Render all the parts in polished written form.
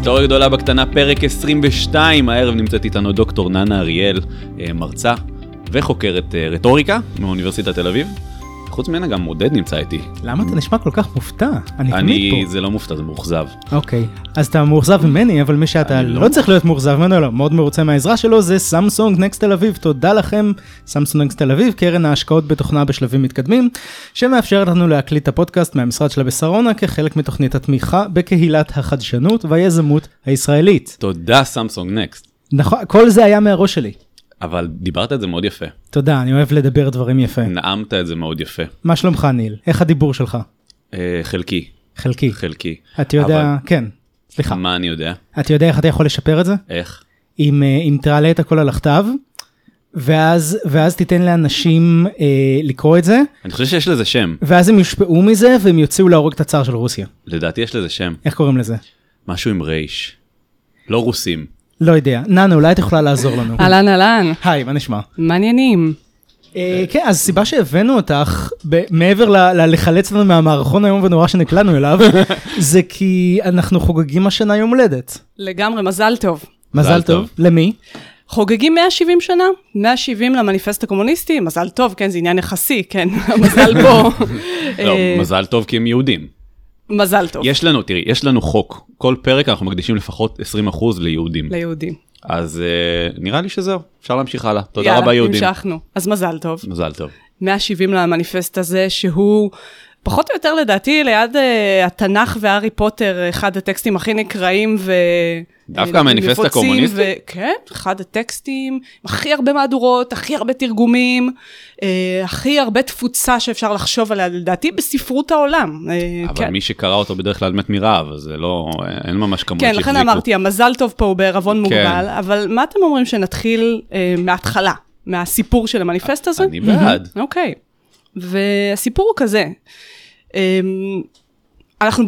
היסטוריה גדולה בקטנה, פרק 22. הערב נמצאת איתנו דוקטור ננה אריאל, מרצה וחוקרת רטוריקה מאוניברסיטת תל אביב. חוץ ממנה גם מודד נמצא איתי. למה אתה נשמע כל כך מופתע? אני תמיד פה. זה לא מופתע, זה מאוכזב. אוקיי, אז אתה מאוכזב ממני, אבל מי שאתה לא צריך להיות מאוכזב ממנו, לא, מאוד מרוצה מהעזרה שלו, זה סמסונג נקסט תל אביב. תודה לכם, סמסונג נקסט תל אביב, קרן ההשקעות בתוכנה בשלבים מתקדמים, שמאפשרת לנו להקליט את הפודקאסט מהמשרד שלה בשרונה, כחלק מתוכנית התמיכה בקהילת החדשנות והיזמות הישראלית. תודה סמסונג נקסט. נכון, כל זה היה מהראש שלי. אבל דיברת את זה מאוד יפה. תודה, אני אוהב לדבר דברים יפה. נעמת את זה מאוד יפה. מה שלומך, ניל? איך הדיבור שלך? חלקי. חלקי. אתה יודע, כן, סליחה. מה אני יודע? אתה יודע איך אתה יכול לשפר את זה? איך? אם תעלה את הכל על הכתב, ואז תיתן לאנשים לקרוא את זה. אני חושב שיש לזה שם. ואז הם יושפעו מזה, והם יוציאו להורג את הצער של רוסיה. לדעתי יש לזה שם. איך קוראים לזה? משהו עם רייש. לא רוסים. לא יודע. ננה, אולי את יכולה לעזור לנו. אהלן. היי, מה נשמע? מעניינים. כן, אז הסיבה שהבאנו אותך, מעבר לחלץ לנו מהמערכון היום ונורא שנקלענו אליו, זה כי אנחנו חוגגים השנה יום הולדת. לגמרי, מזל טוב. מזל טוב. למי? חוגגים 170 שנה, 170 למניפסט הקומוניסטי, מזל טוב, כן, זה עניין יחסי, כן, המזל פה. לא, מזל טוב כי הם יהודים. מזל טוב. יש לנו חוק. כל פרק אנחנו מקדישים לפחות 20% ליהודים. ליהודים. אז נראה לי שזהו, אפשר להמשיך הלאה. תודה רבה יהודים. יאללה, המשכנו. אז מזל טוב. מזל טוב. 170 למניפסט הזה, שהוא פחות או יותר לדעתי ליד התנ"ך והארי פוטר, אחד הטקסטים הכי נקראים דווקא המניפסט הקומוניסטי? כן, אחד הטקסטים, הכי הרבה מהדורות, הכי הרבה תרגומים, הכי הרבה תפוצה שאפשר לחשוב עליה, לדעתי בספרות העולם. אבל מי שקרא אותו בדרך כלל מת מרעב, אז זה לא, אין ממש כמות שהחזיקו. כן, לכן אמרתי, המזל טוב פה הוא בערבון מוגבל, אבל מה אתם אומרים שנתחיל מההתחלה, מהסיפור של המניפסט הזה? אני בעד. אוקיי. והסיפור הוא כזה, אנחנו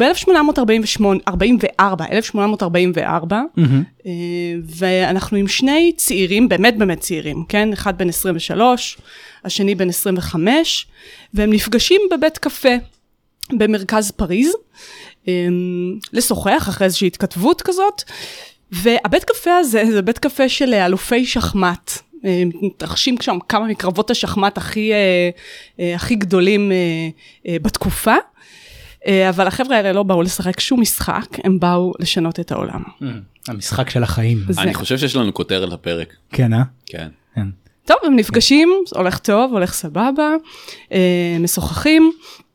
ב-1844, ואנחנו עם שני צעירים, באמת צעירים, כן? אחד בן 23, השני בן 25, והם נפגשים בבית קפה במרכז פריז, לשוחח אחרי איזושהי התכתבות כזאת, והבית קפה הזה, זה בית קפה של אלופי שחמט, מתרחשים שם כמה מקרבות השחמט הכי גדולים בתקופה, אבל החבר'ה האלה לא באו לשחק שום משחק, הם באו לשנות את העולם. המשחק של החיים. אני חושב שיש לנו כותרת לפרק. כן, כן. טוב, הם נפגשים, הולך טוב, הולך סבבה, משוחחים,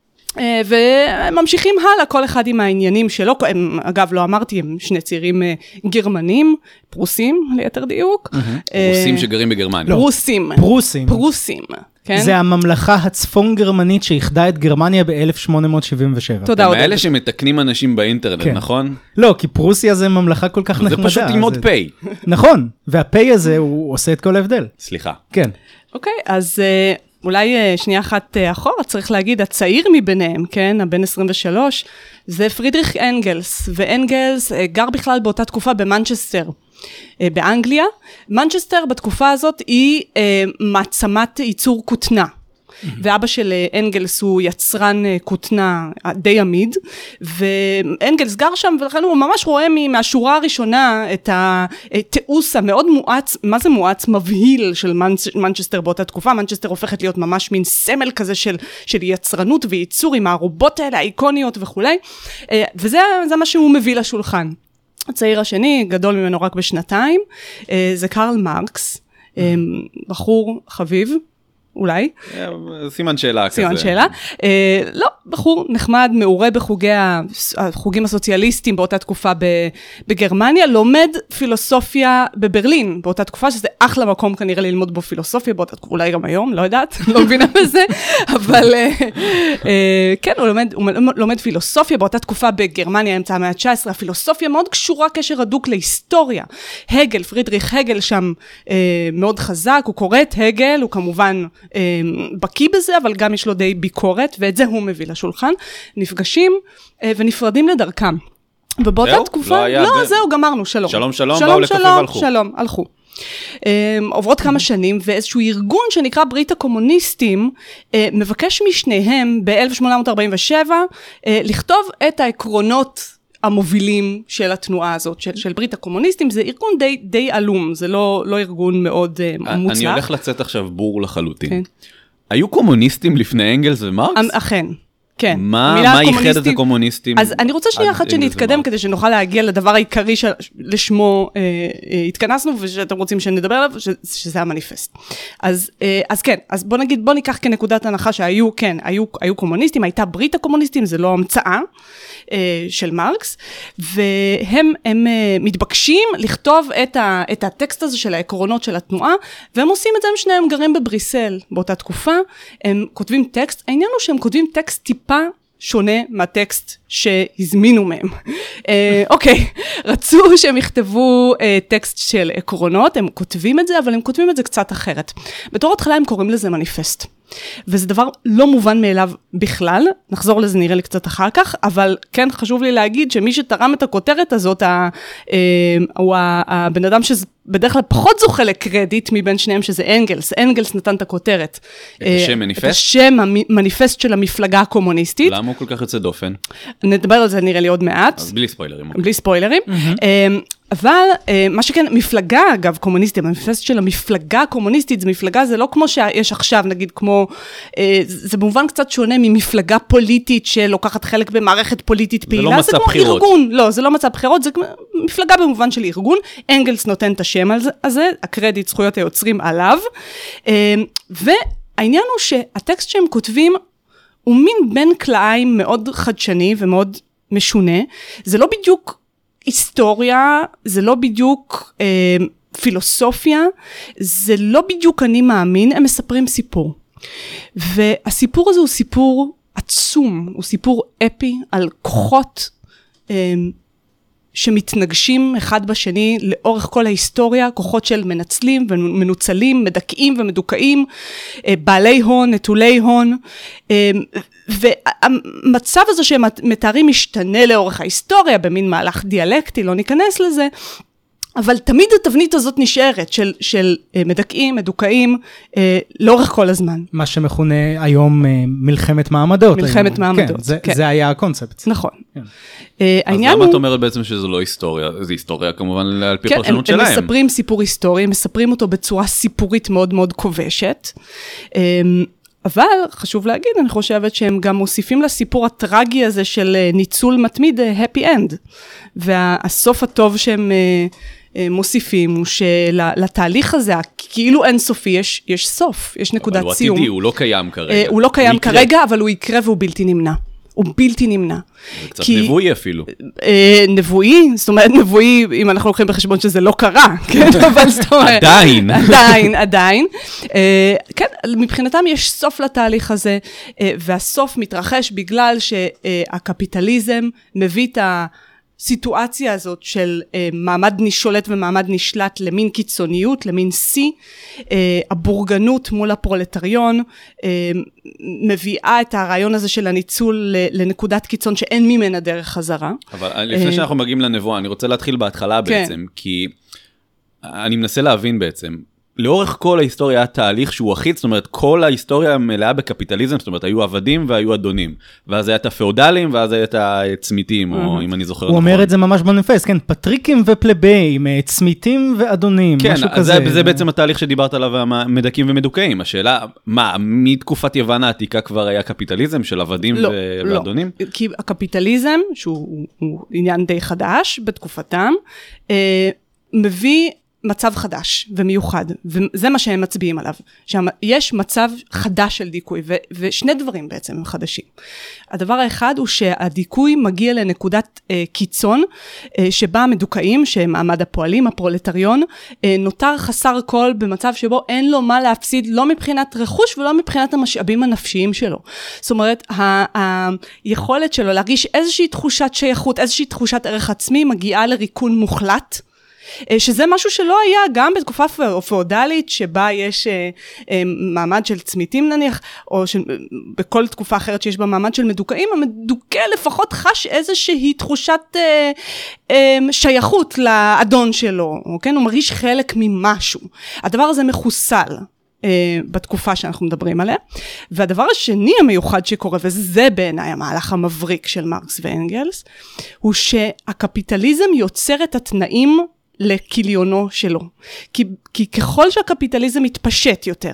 וממשיכים הלאה, כל אחד עם העניינים שלו, הם, אגב, לא אמרתי, הם שני צעירים גרמנים, פרוסים, ליתר דיוק. פרוסים שגרים בגרמניה. פרוסים. כן? זה הממלכה הצפון גרמנית שאיחדה את גרמניה ב-1877. תודה. הם האלה שמתקנים אנשים באינטרנט, כן. נכון? לא, כי פרוסיה זה ממלכה כל כך נחמדה. זה פשוט ללמוד פיי. נכון, והפיי הזה הוא עושה את כל ההבדל. סליחה. כן. אוקיי, אז אולי שנייה אחת אחורה, צריך להגיד, הצעיר מביניהם, כן, הבן 23, זה פרידריך אנגלס, ואנגלס גר בכלל באותה תקופה במנצ'סטר, באנגליה. מנצ'סטר בתקופה הזאת היא מעצמת ייצור כותנה, ואבא של אנגלס הוא יצרן כותנה די עמיד, ואנגלס גר שם, ולכן הוא ממש רואה מהשורה הראשונה את התיעוש המאוד מואץ, מה זה מואץ? מבהיל של מנצ'סטר באותה תקופה. מנצ'סטר הופכת להיות ממש מין סמל כזה של יצרנות וייצור עם הערובות האלה, האיקוניות וכו'. וזה מה שהוא מביא לשולחן. הצעיר השני, גדול ממנו רק בשנתיים, זה קרל מרקס, בחור חביב, אולי. סימן שאלה כזה. סימן שאלה. לא, בחור נחמד, מעורה בחוגים הסוציאליסטיים באותה תקופה בגרמניה, לומד פילוסופיה בברלין, באותה תקופה, שזה אחלה מקום כנראה ללמוד בו פילוסופיה, באותה תקופה, אולי גם היום, לא יודעת, לא מבינה בזה, אבל כן, הוא לומד פילוסופיה, באותה תקופה בגרמניה, אמצע המאה ה-19, הפילוסופיה מאוד קשורה קשר הדוק להיסטוריה. הגל, פרידריך הגל שם מאוד חזק, הוא קורא את הגל, הוא כמובן בקיא בזה, אבל גם יש לו די ביקורת, ואת זה הוא מביא לשולחן. נפגשים ונפרדים לדרכם. ובאותה תקופה, לא, זהו, גמרנו, שלום. שלום, באו לקפה והלכו. שלום, הלכו. עוברות כמה שנים, ואיזשהו ארגון שנקרא ברית הקומוניסטים, מבקש משניהם ב-1847, לכתוב את העקרונות המובילים של התנועה הזאת, של ברית הקומוניסטים, זה ארגון די עלום, זה לא ארגון מאוד מוצלח. אני הולך לצאת עכשיו בור לחלוטין. כן. היו קומוניסטים לפני אנגלס ומרקס? אכן. כן. מה ייחד את הקומוניסטים? אז אני רוצה שנייה אחת שנתקדם כדי שנוכל להגיע לדבר העיקרי לשמו התכנסנו ושאתם רוצים שנדבר עליו, שזה המניפסט. אז כן, אז בוא ניקח כנקודת הנחה שהיו, כן, היו קומוניסטים, הייתה ברית הקומוניסטים, זה לא המצאה של מרקס, והם מתבקשים לכתוב את הטקסט הזה של העקרונות של התנועה, והם עושים את זה, הם שניהם גרים בבריסל באותה תקופה, הם כותבים טקסט, העניין הוא שהם כותבים טקסט טיפה שונה מהטקסט שהזמינו מהם. אוקיי, רצו שהם יכתבו טקסט של עקרונות, הם כותבים את זה, אבל הם כותבים את זה קצת אחרת. בתור התחלה הם קוראים לזה מניפסט. וזה דבר לא מובן מאליו בכלל, נחזור לזה נראה לי קצת אחר כך, אבל כן חשוב לי להגיד שמי שתרם את הכותרת הזאת, הוא הבן אדם שבדרך כלל פחות זוכה לקרדיט מבין שניהם, שזה אנגלס. אנגלס נתן את הכותרת. את השם מניפסט? את השם המניפסט של המפלגה הקומוניסטית. למה הוא כל כך יוצא דופן? נדבר על זה נראה לי עוד מעט. אז בלי ספוילרים. בלי ספוילרים. אבל מה שכן, מפלגה, אגב, קומוניסטית, המניפסט של המפלגה הקומוניסטית, זה מפלגה, זה לא כמו שיש עכשיו, נגיד, כמו, זה במובן קצת שונה ממפלגה פוליטית שלוקחת חלק במערכת פוליטית פעילה. זה לא מצב בחירות. ארגון, לא, זה לא מצב בחירות, זה מפלגה במובן של ארגון. אנגלס נותן את השם הזה, הקרדיט, זכויות היוצרים עליו, והעניין הוא שהטקסט שהם כותבים, הוא מין בין כלאיים מאוד חדשני ומאוד משונה. זה לא בדיוק היסטוריה, זה לא בדיוק פילוסופיה, זה לא בדיוק אני מאמין, הם מספרים סיפור. והסיפור הזה הוא סיפור עצום, הוא סיפור אפי על כוחות שמתנגשים אחד בשני לאורך כל ההיסטוריה, כוחות של מנצלים ומנוצלים, מדכאים ומדוכאים, בעלי הון, נטולי הון, והמצב הזה שהם מתארים משתנה לאורך ההיסטוריה, במין מהלך דיאלקטי, לא ניכנס לזה, אבל תמיד התבנית הזאת נשארת של מדכאים, מדוכאים, לאורך כל הזמן. מה שמכונה היום מלחמת מעמדות. מלחמת מעמדות. כן, זה היה הקונספט. נכון. אז למה את אומרת בעצם שזה לא היסטוריה? זה היסטוריה כמובן על פי פרשנות שלהם. הם מספרים סיפור היסטורי, הם מספרים אותו בצורה סיפורית מאוד מאוד כובשת. אבל חשוב להגיד, אני חושבת שהם גם מוסיפים לסיפור הטרגי הזה של ניצול מתמיד, happy end. והסוף הטוב שהם מוסיפים הוא שלתהליך הזה, כאילו אינסופי, יש סוף, יש נקודת סיום. אבל הוא עתידי, הוא לא קיים כרגע. הוא לא קיים כרגע, אבל הוא יקרה והוא בלתי נמנע. הוא בלתי נמנע. זה קצת נבואי אפילו. נבואי, זאת אומרת נבואי, אם אנחנו לוקחים בחשבון שזה לא קרה, כן, אבל זאת אומרת... עדיין. כן, מבחינתם יש סוף לתהליך הזה, והסוף מתרחש בגלל שהקפיטליזם מביא את הסיטואציה הזאת של מעמד שולט ומעמד נשלט למין קיצוניות, למין שיא, הבורגנות מול הפרולטריון, מביאה את הרעיון הזה של הניצול לנקודת קיצון שאין ממנה דרך חזרה. אבל לפני שאנחנו מגיעים לנבואה, אני רוצה להתחיל בהתחלה בעצם, כי אני מנסה להבין בעצם, לאורך כל ההיסטוריה היה תהליך שהוא אחיד, זאת אומרת, כל ההיסטוריה מלאה בקפיטליזם, זאת אומרת, היו עבדים והיו אדונים, ואז היה את הפאודלים, ואז היה את הצמיתים, או אם אני זוכר נכון. הוא אומר את זה ממש בנפס, כן, פטריקים ופלבאים, צמיתים ואדונים, משהו כזה. כן, זה בעצם התהליך שדיברת עליו, מדכאים ומדוכאים. השאלה, מה, מתקופת יוון העתיקה כבר היה קפיטליזם של עבדים ואדונים? לא, כי הקפיטליזם, שהוא עניין די חדש בתקופתם, מביא מצב חדש ומיוחד, וזה מה שהם מצביעים עליו. יש מצב חדש של דיכוי, ושני דברים בעצם הם חדשים. הדבר האחד הוא שהדיכוי מגיע לנקודת קיצון, שבה המדוכאים, שהם מעמד הפועלים, הפרולטריון, נותר חסר כל במצב שבו אין לו מה להפסיד, לא מבחינת רכוש ולא מבחינת המשאבים הנפשיים שלו. זאת אומרת, היכולת שלו להרגיש איזושהי תחושת שייכות, איזושהי תחושת ערך עצמי, מגיעה לריקון מוחלט, שזה משהו שלא היה גם בתקופה פאודלית, שבה יש מעמד של צמיתים נניח, או בכל תקופה אחרת שיש בה מעמד של מדוכאים, המדוכא לפחות חש איזושהי תחושת שייכות לאדון שלו, כן? הוא מרגיש חלק ממשהו. הדבר הזה מחוסל בתקופה שאנחנו מדברים עליה. והדבר השני המיוחד שקורה, וזה בעיניי המהלך המבריק של מרקס ואנגלס, הוא שהקפיטליזם יוצר את התנאים לכיליונו שלו. כי ככל שהקפיטליזם מתפשט יותר,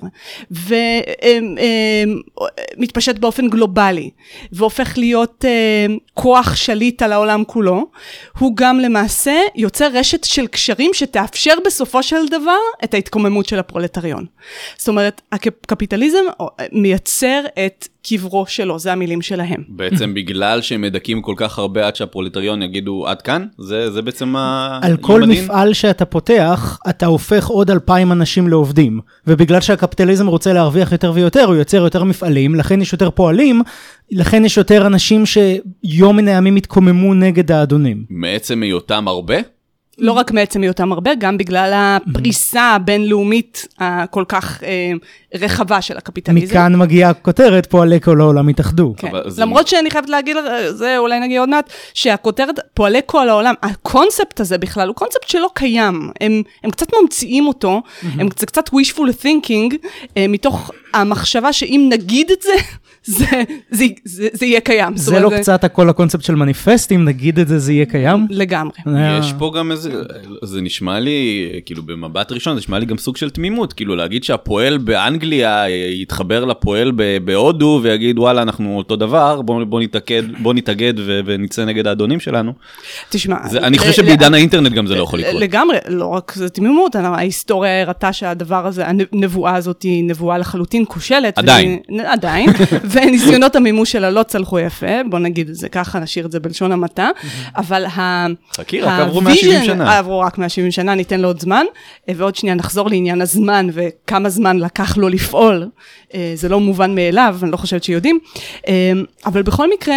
ומתפשט באופן גלובלי, והופך להיות כוח שליט על העולם כולו, הוא גם למעשה יוצר רשת של קשרים שתאפשר בסופו של דבר את ההתקוממות של הפרולטריון. זאת אומרת, הקפיטליזם מייצר את קברו שלו, זה המילים שלהם. בעצם בגלל שהם מדקים כל כך הרבה עד שהפרולטריון יגידו עד כאן, זה בעצם על כל מפעל שאתה פותח, אתה הופך עוד 2,000 אנשים לעובדים, ובגלל שהקפיטליזם רוצה להרוויח יותר ויותר, הוא יוצר יותר מפעלים, לכן יש יותר פועלים, לכן יש יותר אנשים שיום מן הימים התקוממו נגד האדונים. מעצם היותם הרבה? לא רק מעצם היותם הרבה, גם בגלל הפריסה הבינלאומית הכל כך רחבה של הקפיטליזם. מכאן מגיעה כותרת, פועלי כל העולם התאחדו. כן. למרות שאני חייבת להגיד, זה אולי נגיע עוד מעט, שהכותרת פועלי כל העולם, הקונספט הזה בכלל, הוא קונספט שלא קיים. הם קצת ממציאים אותו, זה קצת wishful thinking, מתוך המחשבה שאם נגיד את זה, זה יהיה קיים. זה לא קצת הכל הקונספט של מניפסטים, נגיד את זה, זה יהיה קיים? לגמרי. יש פה גם איזה, זה נשמע לי, כאילו במבט ראשון, זה נשמע לי גם סוג של תמימות, כאילו להגיד שהפועל באנגליה יתחבר לפועל בהודו, ויגיד וואלה אנחנו אותו דבר, בוא נתאגד ונצא נגד האדונים שלנו. תשמע. אני חושב שבעידן האינטרנט גם זה לא יכול לקרות. לגמרי, לא רק זה תמימות, ההיסטוריה הראתה שהדבר הזה, הנבואה הזאת היא נבואה לחלוטין כושלת. עדיין. וניסיונות המימוש שלה לא צלחו יפה, בוא נגיד את זה ככה, נשאיר את זה בלשון המעטה, אבל חכי, רק עברו 170 שנה. עברו רק 170 שנה, ניתן לו עוד זמן, ועוד שנייה נחזור לעניין הזמן, וכמה זמן לקח לו לפעול, זה לא מובן מאליו, אני לא חושבת שיודעים, אבל בכל מקרה,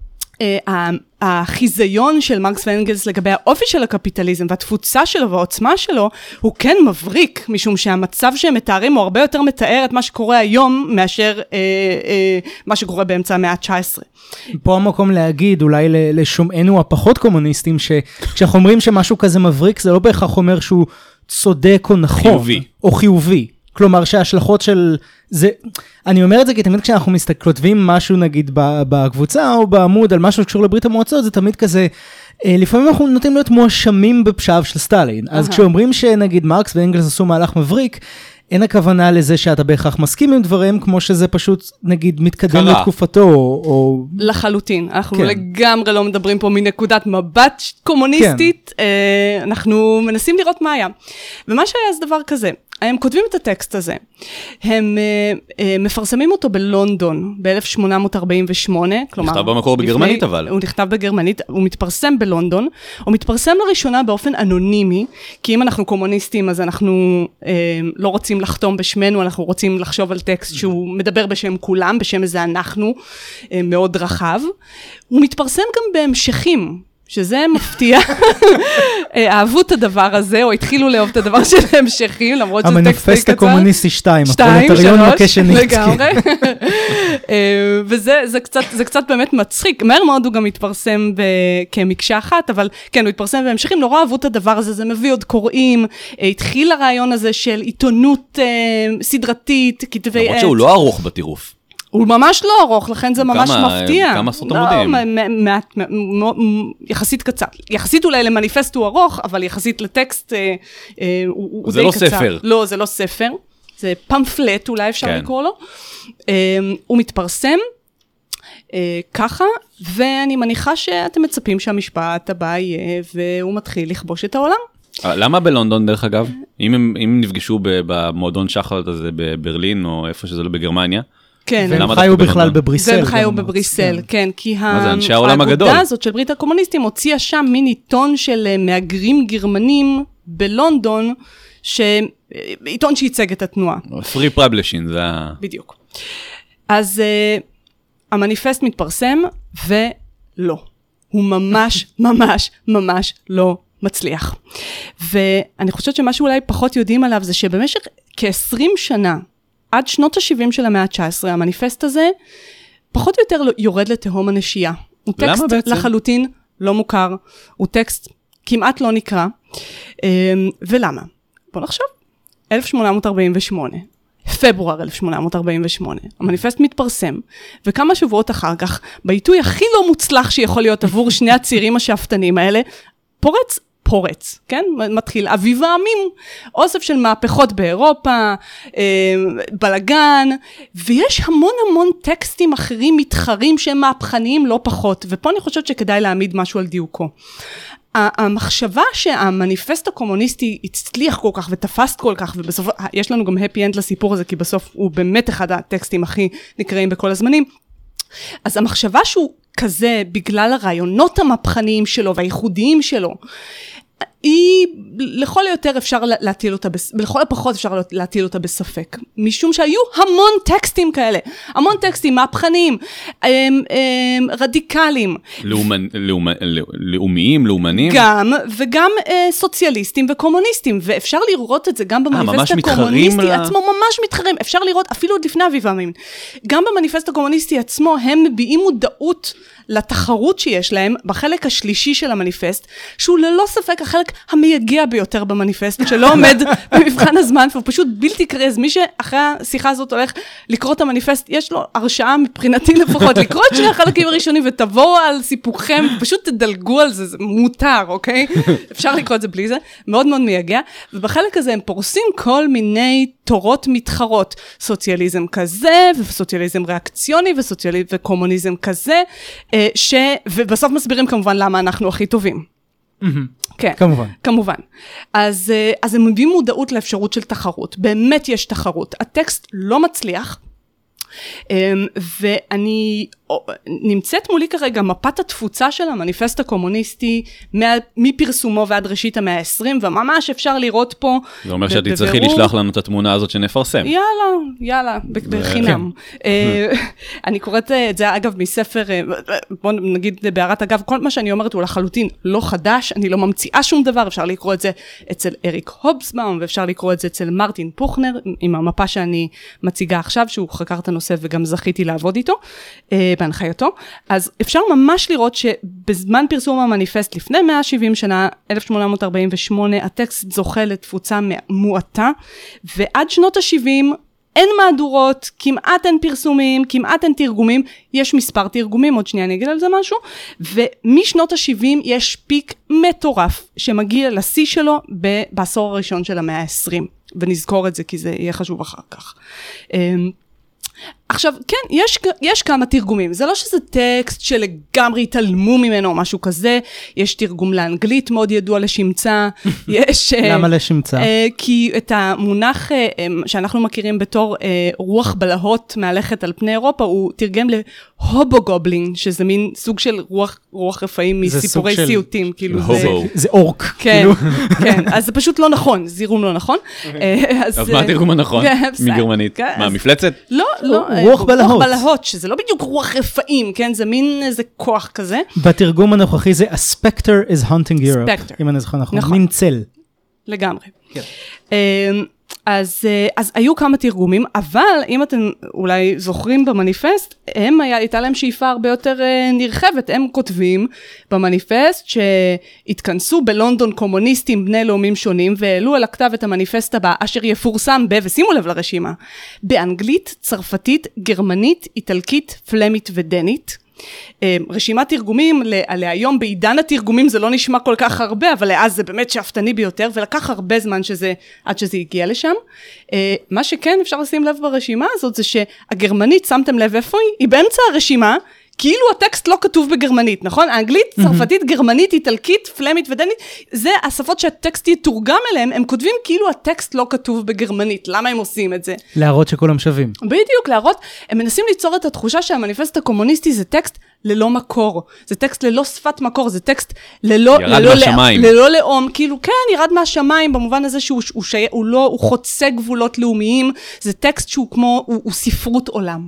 החיזיון של מרקס ואנגלס לגבי האופי של הקפיטליזם והתפוצה שלו והעוצמה שלו, הוא כן מבריק, משום שהמצב שהם מתארים הוא הרבה יותר מתאר את מה שקורה היום, מאשר מה שקורה באמצע המאה ה-19. פה המקום להגיד, אולי לשומענו הפחות קומוניסטים, שכשאנחנו אומרים שמשהו כזה מבריק, זה לא בהכרח אומר שהוא צודק או נכון. חיובי. או חיובי. כלומר שההשלכות של זה, אני אומר את זה כי תמיד כשאנחנו כותבים משהו נגיד בקבוצה או בעמוד על משהו שקשור לברית המועצות, זה תמיד כזה, לפעמים אנחנו נוטים להיות מואשמים בפשעיו של סטלין. אז כשאומרים שנגיד מרקס ואנגלס עשו מהלך מבריק, אין הכוונה לזה שאתה בהכרח מסכים עם דברים, כמו שזה פשוט, נגיד, מתקדם לתקופתו, או... לחלוטין. אנחנו לגמרי לא מדברים פה מנקודת מבט קומוניסטית, אנחנו מנסים לראות מה היה. ומה שהיה זה דבר כזה, הם כותבים את הטקסט הזה, הם מפרסמים אותו בלונדון, ב-1848, כלומר... נכתב במקור בגרמנית אבל. הוא נכתב בגרמנית, הוא מתפרסם בלונדון, הוא מתפרסם לראשונה באופן אנונימי, כי אם אנחנו קומוניסטים, אז אנחנו לא רוצים לחתום בשמנו, אנחנו רוצים לחשוב על טקסט שהוא מדבר בשם כולם, בשם איזה אנחנו, מאוד רחב. הוא מתפרסם גם בהמשכים, שזה מפתיע, אהבו את הדבר הזה, או התחילו לאהוב את הדבר של המשכים, למרות שזה טקסט די קצר. המניפסט הקומוניסטי 2, הפרולטריון מכה שנית. לגמרי. וזה קצת באמת מצחיק. מהר מאוד הוא גם התפרסם כמקשה אחת, אבל כן, הוא התפרסם בהמשכים, נורא אהבו את הדבר הזה, זה מביא עוד קוראים, התחיל הרעיון הזה של עיתונות סדרתית, כתבי עת. למרות שהוא לא ארוך בטירוף. הוא ממש לא ארוך, לכן זה ממש מפתיע. כמה עשרות עמודים? יחסית קצר. יחסית אולי למניפסט הוא ארוך, אבל יחסית לטקסט הוא די קצר. זה לא ספר. לא, זה לא ספר. זה פמפלט, אולי אפשר לקרוא לו. הוא מתפרסם ככה, ואני מניחה שאתם מצפים שהמשפט הבא יהיה, והוא מתחיל לכבוש את העולם. למה בלונדון דרך אגב? אם נפגשו במועדון שחלט הזה בברלין, או איפה שזה לא בגרמניה, כן. והם חיו בכלל בבריסל. והם חיו בבריסל, כן. כי האגודה הזאת של ברית הקומוניסטים הוציאה שם מין עיתון של מהגרים גרמנים בלונדון, עיתון שייצג את התנועה. Free Publishing, זה בדיוק. אז המניפסט מתפרסם, ולא. הוא ממש, ממש, ממש לא מצליח. ואני חושבת שמה שאולי פחות יודעים עליו, זה שבמשך כ-20 שנה, עד שנות ה-70 של המאה ה-19, המניפסט הזה פחות או יותר יורד לתהום הנשייה. הוא טקסט לחלוטין לא מוכר, הוא טקסט כמעט לא נקרא. ולמה? בוא נחשוב. 1848. פברואר 1848. המניפסט מתפרסם, וכמה שבועות אחר כך, בעיתוי הכי לא מוצלח שיכול להיות עבור שני הצעירים השאפתנים האלה, פורץ, כן? מתחיל אביב העמים, אוסף של מהפכות באירופה, בלגן, ויש המון טקסטים אחרים מתחרים שהם מהפכניים לא פחות, ופה אני חושבת שכדאי להעמיד משהו על דיוקו. המחשבה שהמניפסט הקומוניסטי הצליח כל כך ותפס כל כך, ובסוף יש לנו גם happy end לסיפור הזה, כי בסוף הוא באמת אחד הטקסטים הכי נקראים בכל הזמנים, אז המחשבה שהוא כזה, בגלל הרעיונות המהפכניים שלו והייחודיים שלו, היא לכל היותר אפשר להטיל אותה, לכל הפחות אפשר להטיל אותה בספק, משום שהיו המון טקסטים כאלה, המון טקסטים מהפכניים, רדיקליים. לאומיים, לאומנים? גם, וגם סוציאליסטים וקומוניסטים, ואפשר לראות את זה גם במניפסט הקומוניסטי עצמו, ממש מתחרים, אפשר לראות אפילו עוד לפני אביב העמים. גם במניפסט הקומוניסטי עצמו, הם מביעים מודעות לתחרות שיש להם בחלק השלישי של המניפסט, שהוא ללא ספק החלק המייגע ביותר במניפסט, שלא עומד במבחן הזמן, והוא פשוט בלתי קרז. מי שאחרי השיחה הזאת הולך לקרוא את המניפסט, יש לו הרשאה מבחינתי לפחות, לקרוא את שני החלקים הראשונים, ותבואו על סיפוכם, פשוט תדלגו על זה, זה מותר, אוקיי? אפשר לקרוא את זה בלי זה, מאוד מאוד מייגע, ובחלק הזה הם פורסים כל מיני תורות מתחרות, סוציאליזם כזה, וסוציאליזם ריאקציוני, וקומוניזם כזה, ובסוף מסבירים כמובן למה אנחנו הכי טובים. כן, כמובן. אז הם מביאים מודעות לאפשרות של תחרות. באמת יש תחרות. הטקסט לא מצליח, ואני נמצאת מולי כרגע מפת התפוצה של המניפסט הקומוניסטי מפרסומו ועד ראשית המאה ה-20, וממש אפשר לראות פה זה אומר שאתה צריכי לשלוח לנו את התמונה הזאת שנפרסם. יאללה, בחינם. אני קוראת את זה אגב מספר, בוא נגיד בהערת אגב, כל מה שאני אומרת הוא לחלוטין לא חדש, אני לא ממציאה שום דבר, אפשר לקרוא את זה אצל אריק הובסבאום, ואפשר לקרוא את זה אצל מרטין פוכנר, עם המפה שאני מציגה עכשיו, שהוא חקר את הנושא וגם זכיתי לעבוד איתו, בהנחייתו. אז אפשר ממש לראות שבזמן פרסום המניפסט לפני 170 שנה, 1848, הטקסט זוכה לתפוצה מועטה, ועד שנות ה-70 אין מהדורות, כמעט אין פרסומים, כמעט אין תרגומים, יש מספר תרגומים, עוד שנייה אני אגיד על זה משהו, ומשנות ה-70 יש פיק מטורף, שמגיע לשיא שלו בעשור הראשון של המאה ה-20, ונזכור את זה כי זה יהיה חשוב אחר כך. עכשיו, כן, יש כמה תרגומים, זה לא שזה טקסט שלגמרי התעלמו ממנו או משהו כזה, יש תרגום לאנגלית מאוד ידוע לשמצה, יש... למה לשמצה? כי את המונח שאנחנו מכירים בתור רוח בלהות מהלכת על פני אירופה, הוא תרגם להובוגובלין, שזה מין סוג של רוח רפאים מסיפורי סיוטים, כאילו זה אורק. כן, כן, אז זה פשוט לא נכון, זירום לא נכון. אז מה התרגום הנכון מגרמנית? מה, מפלצת? לא, רוח בלהות. רוח בלהות, שזה לא בדיוק רוח רפאים, כן? זה מין איזה כוח כזה. בתרגום הנוכחי זה A specter is hunting Europe. אם אני זוכר נכון. מין צל. לגמרי. אז היו כמה תרגומים, אבל אם אתם אולי זוכרים במניפסט, הייתה להם שאיפה הרבה יותר נרחבת. הם כותבים במניפסט שהתכנסו בלונדון קומוניסטים בני לאומים שונים, והעלו על הכתב את המניפסט הבא, אשר יפורסם ושימו לב לרשימה, באנגלית, צרפתית, גרמנית, איטלקית, פלמית ודנית. רשימת תרגומים, להיום בעידן התרגומים זה לא נשמע כל כך הרבה, אבל אז זה באמת שאפתני ביותר, ולקח הרבה זמן עד שזה הגיע לשם. מה שכן אפשר לשים לב ברשימה הזאת, זה שהגרמנית, שמתם לב איפה היא באמצע הרשימה, כאילו הטקסט לא כתוב בגרמנית, נכון? האנגלית, צרפתית, גרמנית, איטלקית, פלמית ודנית, זה השפות שהטקסט יתורגם אליהם, הם כותבים כאילו הטקסט לא כתוב בגרמנית. למה הם עושים את זה? להראות שכולם שווים. בדיוק, להראות, הם מנסים ליצור את התחושה שהמניפסט הקומוניסטי זה טקסט ללא מקור, זה טקסט ללא שפת מקור, זה טקסט ללא לאום, כאילו כן, ירד מהשמיים, במובן הזה שהוא חוצה גבולות לאומיים, זה טקסט שהוא כמו, הוא ספרות עולם.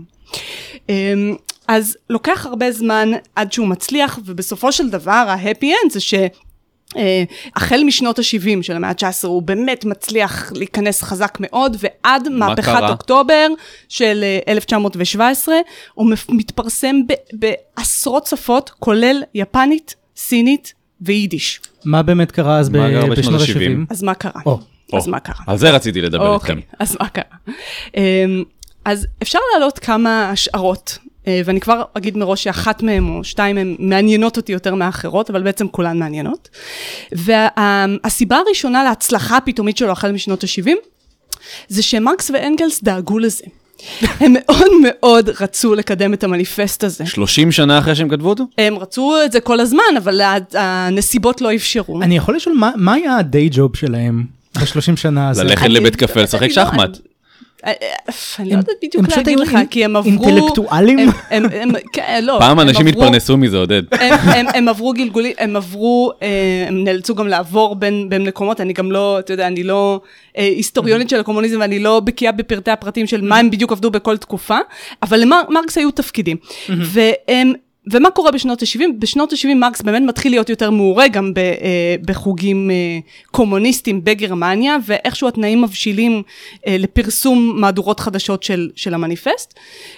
אז לוקח הרבה זמן עד שהוא מצליח, ובסופו של דבר, ה-happy end זה החל משנות ה-70 של המאה ה-19, הוא באמת מצליח להיכנס חזק מאוד, ועד מהפכת אוקטובר של 1917, הוא מתפרסם בעשרות שפות, כולל יפנית, סינית ויידיש. מה באמת קרה אז בשנות ה-70? אז מה קרה? אז מה קרה? על זה רציתי לדבר איתכם. אז מה קרה? אז אפשר להעלות כמה השערות, ואני כבר אגיד מראש שאחת מהן או שתיים הן מעניינות אותי יותר מאחרות, אבל בעצם כולן מעניינות. והסיבה הראשונה להצלחה הפתאומית שלו החל משנות ה-70, זה שמרקס ואנגלס דאגו לזה. הם מאוד מאוד רצו לקדם את המניפסט הזה. 30 שנה אחרי שהם כתבו אותו? הם רצו את זה כל הזמן, אבל הנסיבות לא אפשרו. אני יכול לשאול, מה היה הדיי ג'וב שלהם ב-30 שנה הזה? ללכת לבית קפה, לשחק שחמט. אני לא יודעת בדיוק להגיד לך, כי הם עברו... אינטלקטואלים? פעם אנשים התפרנסו מזה, עודד. הם עברו גלגולים, הם נאלצו גם לעבור בין מקומות, אני גם לא, אתה יודע, אני לא היסטוריונית של הקומוניזם, ואני לא בקיאה בפרטי הפרטים של מה הם בדיוק עבדו בכל תקופה, אבל למרקס היו תפקידים. ומה קורה בשנות ה-70? בשנות ה-70 מרקס באמת מתחיל להיות יותר מעורה גם בחוגים קומוניסטיים בגרמניה, ואיכשהו התנאים מבשילים לפרסום מהדורות חדשות של המניפסט.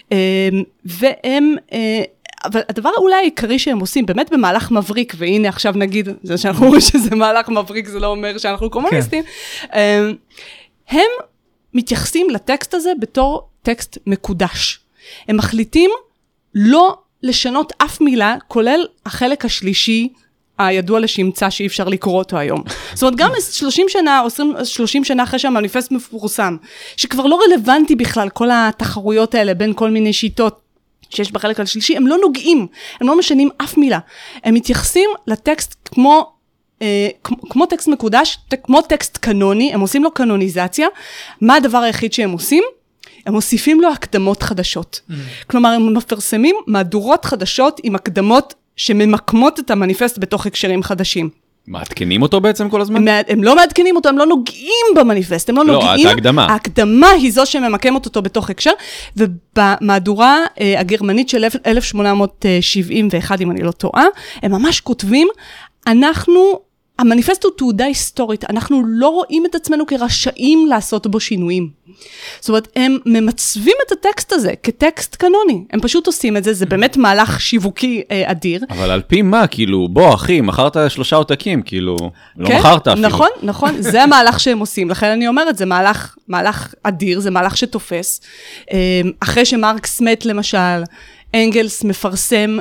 אבל הדבר אולי העיקרי שהם עושים, באמת במהלך מבריק, והנה עכשיו נגיד, זה שאנחנו רואים שזה מהלך מבריק, זה לא אומר שאנחנו קומוניסטים, הם מתייחסים לטקסט הזה בתור טקסט מקודש. הם מחליטים לא לשנות אף מילה, כולל החלק השלישי, הידוע לשמצה שאי אפשר לקרוא אותו היום. זאת אומרת, גם 30 שנה או 30 שנה אחרי שהמניפסט מפורסם, שכבר לא רלוונטי בכלל, כל התחרויות האלה בין כל מיני שיטות שיש בחלק השלישי, הם לא נוגעים, הם לא משנים אף מילה. הם מתייחסים לטקסט כמו טקסט מקודש, כמו טקסט קנוני, הם עושים לו קנוניזציה. מה הדבר היחיד שהם עושים? הם מוסיפים לו הקדמות חדשות. כלומר, הם מפרסמים מהדורות חדשות עם הקדמות שממקמות את המניפסט בתוך הקשרים חדשים. מעדכנים אותו בעצם כל הזמן? הם לא מעדכנים אותו, הם לא נוגעים במניפסט, הם לא נוגעים. ההקדמה. ההקדמה היא זו שממקמת אותו בתוך הקשר, ובמהדורה הגרמנית של 1871, אם אני לא טועה, הם ממש כותבים, המניפסט הוא תעודה היסטורית, אנחנו לא רואים את עצמנו כרשאים לעשות בו שינויים. זאת אומרת, הם ממצבים את הטקסט הזה כטקסט קנוני, הם פשוט עושים את זה, זה באמת מהלך שיווקי אדיר. אבל על פי מה, כאילו, בוא אחי, מכרת 3 עותקים, כאילו, לא מכרת אפילו. נכון, נכון, זה המהלך שהם עושים, לכן אני אומרת, זה מהלך אדיר, זה מהלך שתופס. אחרי שמרקס מת למשל, אנגלס מפרסם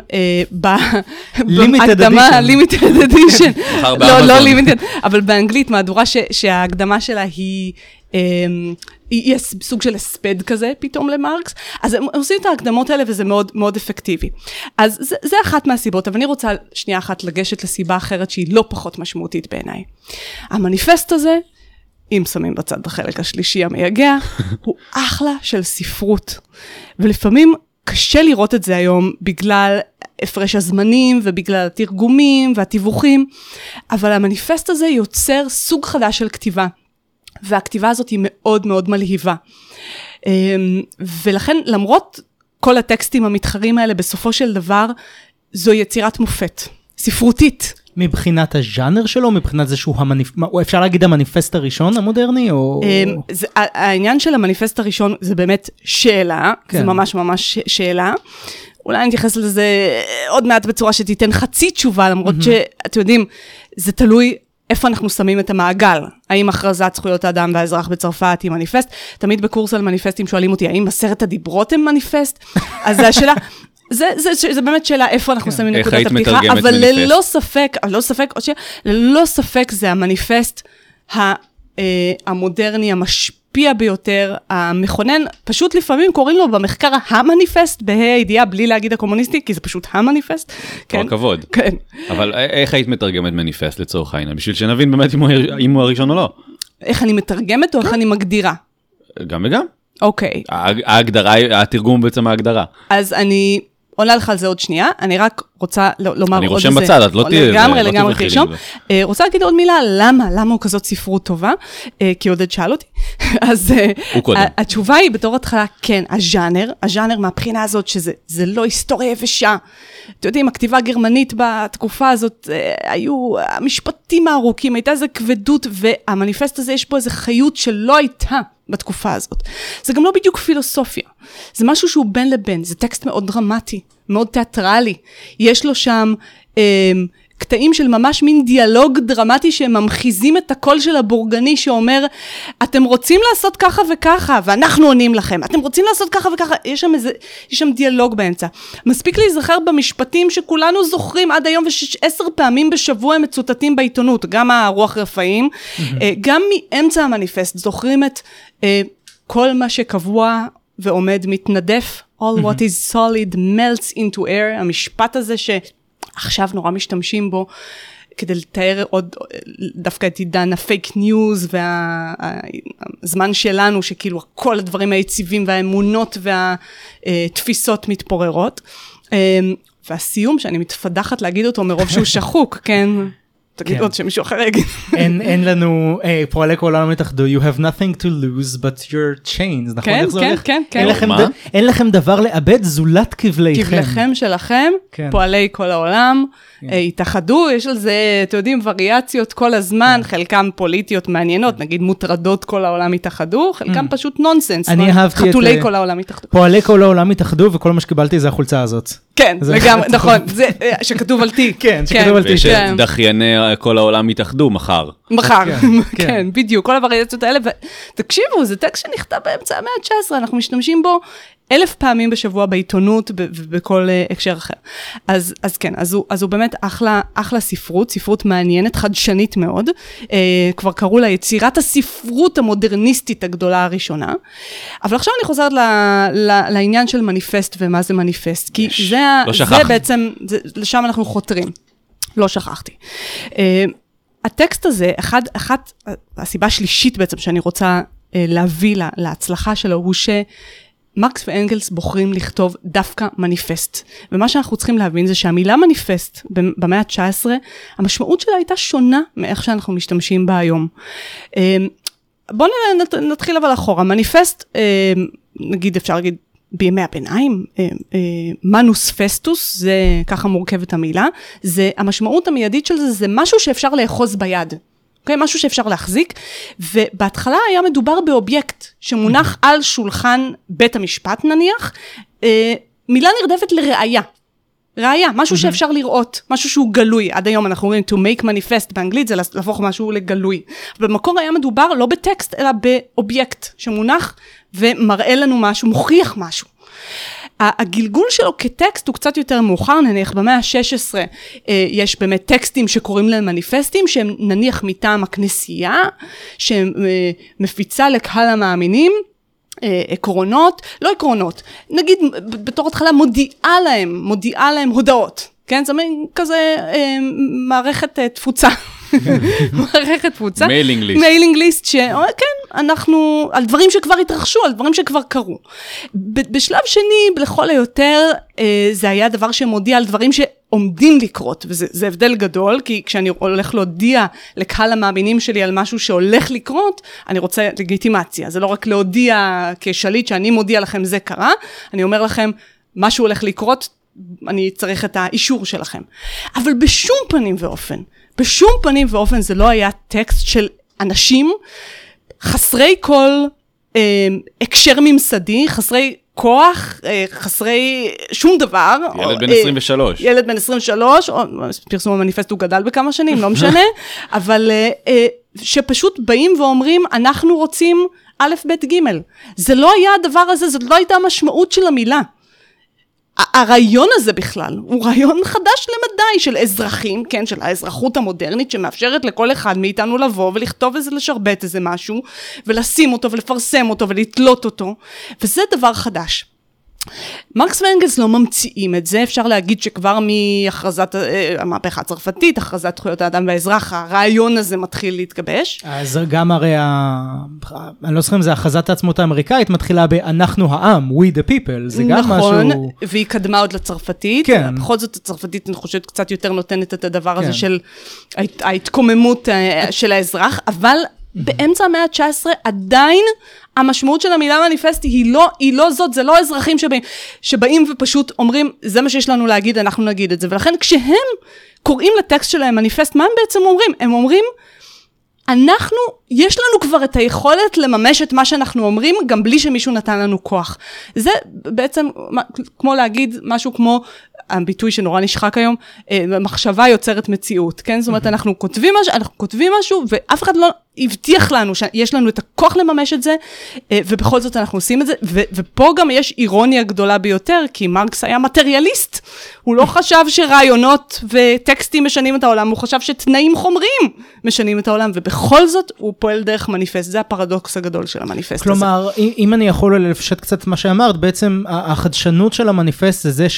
בהקדמה, לימיטד אדישן, לא לימיטד, אבל באנגלית מהדורה שההקדמה שלה היא סוג של הספד כזה פתאום למרקס, אז הם עושים את ההקדמות האלה וזה מאוד מאוד אפקטיבי. אז זה אחת מהסיבות, אבל אני רוצה שנייה אחת לגשת לסיבה אחרת שהיא לא פחות משמעותית בעיניי. המניפסט הזה, אם שמים בצד בחלק השלישי המייגע, הוא אחלה של ספרות, ולפעמים קשה לראות את זה היום בגלל הפרש הזמנים ובגלל התרגומים והתיווכים, אבל המניפסט הזה יוצר סוג חדש של כתיבה, והכתיבה הזאת היא מאוד מאוד מלהיבה. ולכן למרות כל הטקסטים המתחרים האלה, בסופו של דבר זו יצירת מופת, ספרותית. מבחינת הז'אנר שלו, מבחינת זה שהוא אפשר להגיד המניפסט הראשון המודרני? העניין של המניפסט הראשון זה באמת שאלה, זה ממש ממש שאלה. אולי אני אתייחס לזה עוד מעט בצורה שתיתן חצי תשובה, למרות שאתם יודעים, זה תלוי איפה אנחנו שמים את המעגל. האם הכרזת זכויות האדם והאזרח בצרפת היא מניפסט? תמיד בקורס על מניפסטים שואלים אותי, האם 10 הדיברות הם מניפסט? אז זה השאלה... זה באמת שאלה איפה אנחנו שמים נקודת הפתיחה, אבל ללא ספק זה המניפסט המודרני, המשפיע ביותר, המכונן, פשוט לפעמים קוראים לו במחקר המניפסט, בה"א הידיעה, בלי להגיד הקומוניסטי, כי זה פשוט המניפסט. כל הכבוד. כן. אבל איך היית מתרגמת מניפסט לצורך העניין? בשביל שנבין באמת אם הוא הראשון או לא. איך אני מתרגמת או איך אני מגדירה? גם וגם. אוקיי. ההגדרה, התרגום בעצם ההגדרה. אז אני עונה לך על זה עוד שנייה, אני רק רוצה לומר עוד איזה... אני רושם בצד, את לא תהיה... לגמרי תרשום. רוצה להגיד עוד מילה, למה הוא כזאת ספרות טובה? כי עודד שאל אותי. אז התשובה היא בתור התחלה, כן, הז'אנר מהבחינה הזאת, שזה לא היסטוריה יבשה. אתם יודעים, הכתיבה הגרמנית בתקופה הזאת, היו המשפטים הארוכים, הייתה איזו כבדות, והמניפסט הזה יש בו איזו חיות שלא הייתה בתקופה הזאת. זה גם לא בדיוק פילוסופיה. זה משהו שהוא בין לבין, זה טקסט מאוד דרמטי, מאוד תיאטרלי. יש לו שם קטעים של ממש מין דיאלוג דרמטי שממחיזים את הקול של הבורגני שאומר, אתם רוצים לעשות ככה וככה, ואנחנו עונים לכם. אתם רוצים לעשות ככה וככה, יש שם דיאלוג באמצע. מספיק להיזכר במשפטים שכולנו זוכרים עד היום, ו10 פעמים בשבוע הם מצוטטים בעיתונות, גם הרוח רפאים, גם מאמצע המניפסט, זוכרים את כל מה שקבוע ועומד מתנדף, all what is solid melts into air, המשפט הזה שעכשיו נורא משתמשים בו, כדי לתאר עוד דווקא את עידן הפייק ניוז, והזמן שלנו, שכאילו כל הדברים היציבים והאמונות והתפיסות מתפוררות. והסיום שאני מתפדחת להגיד אותו מרוב שהוא שחוק, כן? תגיד עוד שמישהו אחר יגיד. אין לנו, פועלי כל העולם התאחדו, you have nothing to lose but your chains, נכון? כן, כן. אין לכם דבר לאבד זולת כבליכם. כבליכם שלכם, פועלי כל העולם, התאחדו, יש על זה, אתם יודעים, וריאציות כל הזמן, חלקם פוליטיות מעניינות, נגיד מוטרדות כל העולם התאחדו, חלקם פשוט נונסנס, חתולי כל העולם התאחדו. פועלי כל העולם התאחדו, וכל מה שקיבלתי זה החולצה הזאת. כן, לגמרי, נכון, זה שכתוב על תיק. כן, שכתוב על תיק. ושדחייני כל העולם יתאחדו מחר. מחר, כן, בדיוק, כל הווריאציות האלה, ותקשיבו, זה טקסט שנכתב באמצע המאה ה-19, אנחנו משתמשים בו 1000 פעמים בשבוע בעיתונות ובכל הקשר אחר. אז כן, אז הוא באמת אחלה ספרות מעניינת, חדשנית מאוד, כבר קראו לה יצירת הספרות המודרניסטית הגדולה הראשונה, אבל עכשיו אני חוזרת לעניין של מניפסט ומה זה מניפסט, כי זה בעצם, לשם אנחנו חותרים. לא שכחתי. הטקסט הזה, הסיבה השלישית בעצם שאני רוצה להביא להצלחה שלו, הוא שמרקס ואנגלס בוחרים לכתוב דווקא מניפסט. ומה שאנחנו צריכים להבין זה שהמילה מניפסט במאה ה-19, המשמעות שלה הייתה שונה מאיך שאנחנו משתמשים בה היום. בואו נתחיל אבל אחורה. מניפסט, נגיד אפשר להגיד, בימי הביניים, מנוס פסטוס, זה ככה מורכבת המילה, זה המשמעות המיידית של זה, זה משהו שאפשר לאחוז ביד, אוקיי? משהו שאפשר להחזיק, ובהתחלה היה מדובר באובייקט שמונח על שולחן בית המשפט נניח, מילה נרדפת לראיה, ראיה, משהו שאפשר לראות, משהו שהוא גלוי, עד היום אנחנו אומרים to make manifest באנגלית, זה להפוך משהו לגלוי, במקור היה מדובר לא בטקסט, אלא באובייקט שמונח ומראה לנו משהו, מוכיח משהו. הגלגול שלו כטקסט הוא קצת יותר מאוחר, נניח במאה ה-16 יש באמת טקסטים שקוראים להם מניפסטים, שהם נניח מטעם הכנסייה, שמפיצה לקהל המאמינים, עקרונות, לא עקרונות, נגיד בתור התחלה מודיעה להם הודעות, כן? זה כזה מערכת תפוצה. מערכת תפוצה. מיילינג ליסט. כן, אנחנו, על דברים שכבר התרחשו, על דברים שכבר קרו. בשלב שני, לכל היותר, זה היה דבר שמודיע על דברים שעומדים לקרות, וזה הבדל גדול, כי כשאני הולך להודיע לקהל המאמינים שלי על משהו שהולך לקרות, אני רוצה לגיטימציה. זה לא רק להודיע כשליט שאני מודיע לכם זה קרה, אני אומר לכם, משהו הולך לקרות, אני צריך את האישור שלכם. אבל בשום פנים ואופן זה לא היה טקסט של אנשים חסרי כל הקשר ממסדי, חסרי כוח, חסרי שום דבר. ילד בן 23. ילד בן 23, או פרסום המניפסט הוא גדל בכמה שנים, לא משנה, אבל שפשוט באים ואומרים, אנחנו רוצים א', ב', ג'. זה לא היה הדבר הזה, זאת לא הייתה המשמעות של המילה. הרעיון הזה בכלל, הוא רעיון חדש למדי של אזרחים, כן, של האזרחות המודרנית, שמאפשרת לכל אחד מאיתנו לבוא ולכתוב איזה לשרבט איזה משהו, ולשים אותו ולפרסם אותו ולתלות אותו, וזה דבר חדש. מרקס ואנגלס לא ממציאים את זה, אפשר להגיד שכבר מהכרזת המהפכה הצרפתית, הכרזת זכויות האדם והאזרח, הרעיון הזה מתחיל להתגבש. אז גם הרי, אני לא זוכר אם זה הכרזת העצמאות האמריקאית, מתחילה באנחנו העם, we the people, זה גם משהו... נכון, והיא קדמה עוד לצרפתית, בכל זאת הצרפתית אני חושבת קצת יותר נותנת את הדבר הזה של ההתקוממות של האזרח, אבל באמצע המאה ה-19 עדיין המשמעות של המילה מניפסט היא לא זאת, זה לא אזרחים שבאים ופשוט אומרים, זה מה שיש לנו להגיד, אנחנו נגיד את זה. ולכן כשהם קוראים לטקסט שלהם מניפסט, מה הם בעצם אומרים? הם אומרים, יש לנו כבר את היכולת לממש את מה שאנחנו אומרים, גם בלי שמישהו נתן לנו כוח. זה בעצם כמו להגיד משהו כמו, הביטוי שנורא נשחק היום, מחשבה יוצרת מציאות, כן? זאת אומרת, אנחנו כותבים משהו, ואף אחד לא הבטיח לנו שיש לנו את הכוח לממש את זה, ובכל זאת אנחנו עושים את זה, ופה גם יש אירוניה גדולה ביותר, כי מרקס היה מטריאליסט, הוא לא חשב שרעיונות וטקסטים משנים את העולם, הוא חשב שתנאים חומריים משנים את העולם, ובכל זאת הוא פועל דרך מניפסט, זה הפרדוקס הגדול של המניפסט הזה. כלומר, אם אני יכול לפשט קצת מה שאמרת, בעצם החדשנות של המניפסט זה זה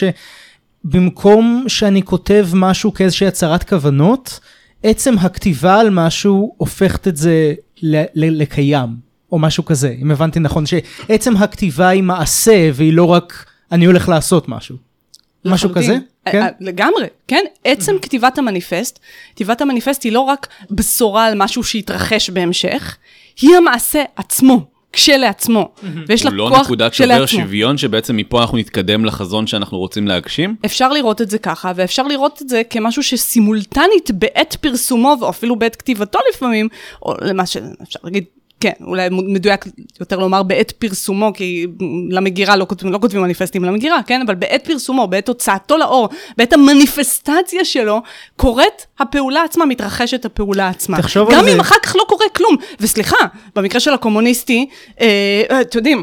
במקום שאני כותב משהו כאיזושהי הצהרת כוונות, עצם הכתיבה על משהו הופכת את זה לקיים, או משהו כזה, אם הבנתי נכון, שעצם הכתיבה היא מעשה, והיא לא רק אני הולך לעשות משהו. משהו כזה? כן? לגמרי, כן? עצם כתיבת המניפסט, כתיבת המניפסט היא לא רק בשורה על משהו שהתרחש בהמשך, היא המעשה עצמו. כשלעצמו, ויש לה כוח כשלעצמו. הוא לא נקודת שובר שוויון, שבעצם מפה אנחנו נתקדם לחזון שאנחנו רוצים להגשים? אפשר לראות את זה ככה, ואפשר לראות את זה כמשהו שסימולטנית בעת פרסומו, או אפילו בעת כתיבתו לפעמים, או למה שאפשר להגיד, כן, אולי מדויק יותר לומר בעת פרסומו, כי למגירה לא כותבים מניפסטים למגירה, כן? אבל בעת פרסומו, בעת הוצאתו לאור, בעת המניפסטציה שלו, קורית הפעולה עצמה, מתרחשת הפעולה עצמה. גם אם אחר כך לא קורה כלום. וסליחה, במקרה של הקומוניסטי, אתם יודעים,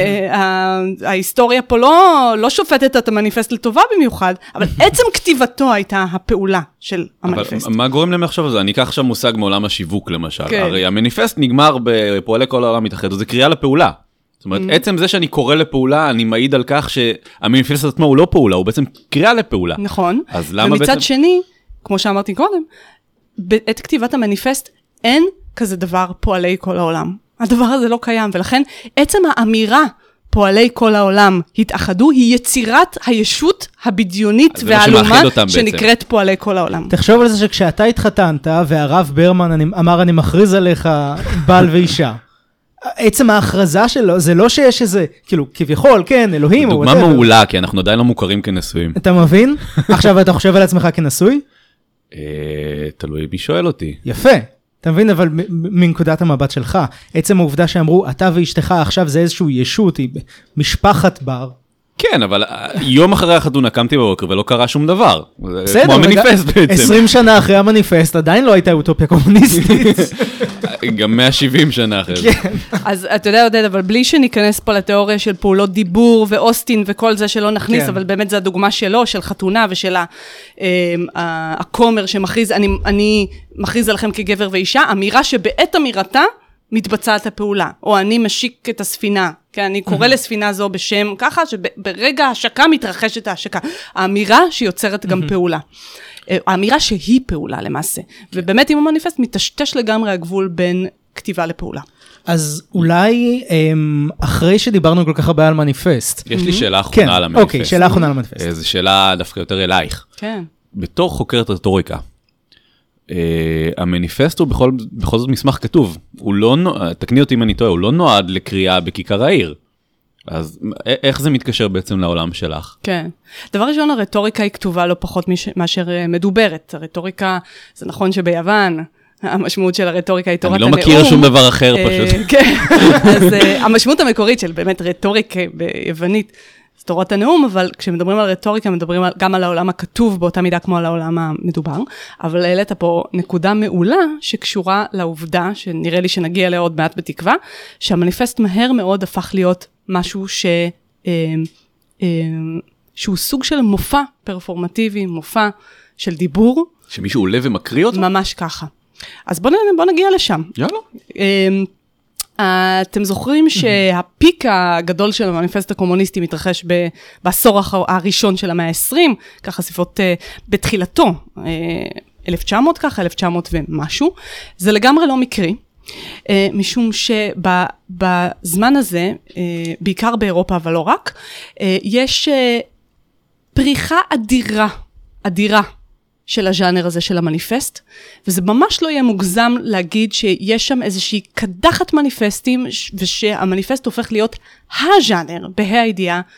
ההיסטוריה פה לא שופטת את המניפסט לטובה במיוחד, אבל עצם כתיבתו הייתה הפעולה של המניפסט. מה גורם להם עכשיו זה? אני אקח עכשיו מושג מעולם השיווק למשל. הרי המניפסט נגמר בפועלי כל העולם מתאחד, זה קריאה לפעולה. זאת אומרת, עצם זה שאני קורא לפעולה, אני מעיד על כך שהמניפסט עצמו הוא לא פעולה, הוא בעצם קריאה לפעולה. נכון. ומצד שני, כמו שאמרתי קודם, בעת כתיבת המניפסט אין כזה דבר פועלי כל העולם. הדבר הזה לא קיים, ולכן עצם האמירה פועלי כל העולם התאחדו, היא יצירת הישות הבדיונית והעלומה שנקראת פועלי כל העולם. תחשוב על זה שכשאתה התחתנת, והרב ברמן אמר אני מכריז עליך בעל ואישה. עצם ההכרזה שלו, זה לא שיש איזה, כאילו, כביכול, כן, אלוהים. דוגמה מעולה, כי אנחנו עדיין לא מוכרים כנשואים. אתה מבין? עכשיו אתה חושב על עצמך כנשוי? תלוי מי שואל אותי. יפה. אתה מבין, אבל מנקודת המבט שלך, עצם העובדה שאמרו, אתה ואשתך עכשיו זה איזשהו ישות, היא משפחת בר. כן, אבל יום אחרי החתונה קמתי בבוקר ולא קרה שום דבר. בסדר, כמו המניפסט בעצם. 20 שנה אחרי המניפסט עדיין לא הייתה אוטופיה קומוניסטית. גם 170 שנה אחרי. אז אתה יודע, עודד, אבל בלי שניכנס פה לתיאוריה של פעולות דיבור ואוסטין וכל זה שלא נכניס, אבל באמת זו הדוגמה שלו, של חתונה ושל הכומר שמכריז, אני מכריז עליכם כגבר ואישה, אמירה שבעת אמירתה, מתבצעת הפעולה, או אני משיק את הספינה, כן, אני קורא לספינה זו בשם ככה, שברגע ההשקה מתרחשת ההשקה. האמירה שיוצרת גם פעולה. האמירה שהיא פעולה למעשה. ובאמת עם המניפסט מתשתש לגמרי הגבול בין כתיבה לפעולה. אז אולי אחרי שדיברנו כל כך הרבה על מניפסט. יש לי שאלה אחרונה על המניפסט. אוקיי, שאלה אחרונה על המניפסט. זו שאלה דווקא יותר אלייך. כן. בתור חוקרת רטוריקה, המניפסט הוא בכל זאת מסמך כתוב, הוא לא, תקני אותי אם אני טועה, הוא לא נועד לקריאה בכיכר העיר. אז איך זה מתקשר בעצם לעולם שלך? כן. דבר ראשון, הרטוריקה היא כתובה לא פחות מאשר מדוברת. הרטוריקה, זה נכון שביוון, המשמעות של הרטוריקה היא תורת הנאום. אני לא מכיר שום דבר אחר פשוט. כן. אז המשמעות המקורית של באמת רטוריקה ביוונית, זה תורת הנאום, אבל כשמדברים על רטוריקה, מדברים גם על העולם הכתוב, באותה מידה כמו על העולם המדובר, אבל העלית פה נקודה מעולה, שקשורה לעובדה, שנראה לי שנגיע אליה עוד מעט בתקווה, שהמניפסט מהר מאוד הפך להיות משהו שהוא סוג של מופע פרפורמטיבי, מופע של דיבור. שמישהו עולה ומקריא אותו? ממש ככה. אז בוא נגיע לשם. יאללה. אתם זוכרים שהפיק הגדול של המניפסט הקומוניסטי מתרחש בעשור הראשון של המאה ה-20, ככה ספרות בתחילתו, 1900 ככה, 1900 ומשהו, זה לגמרי לא מקרי, משום שבזמן הזה, בעיקר באירופה אבל לא רק, יש פריחה אדירה של הז'אנר הזה של המניפסט, וזה ממש לא יהיה מוגזם להגיד שיש שם איזושהי קדחת מניפסטים, ושהמניפסט הופך להיות הז'אנר, בה"א הידיעה,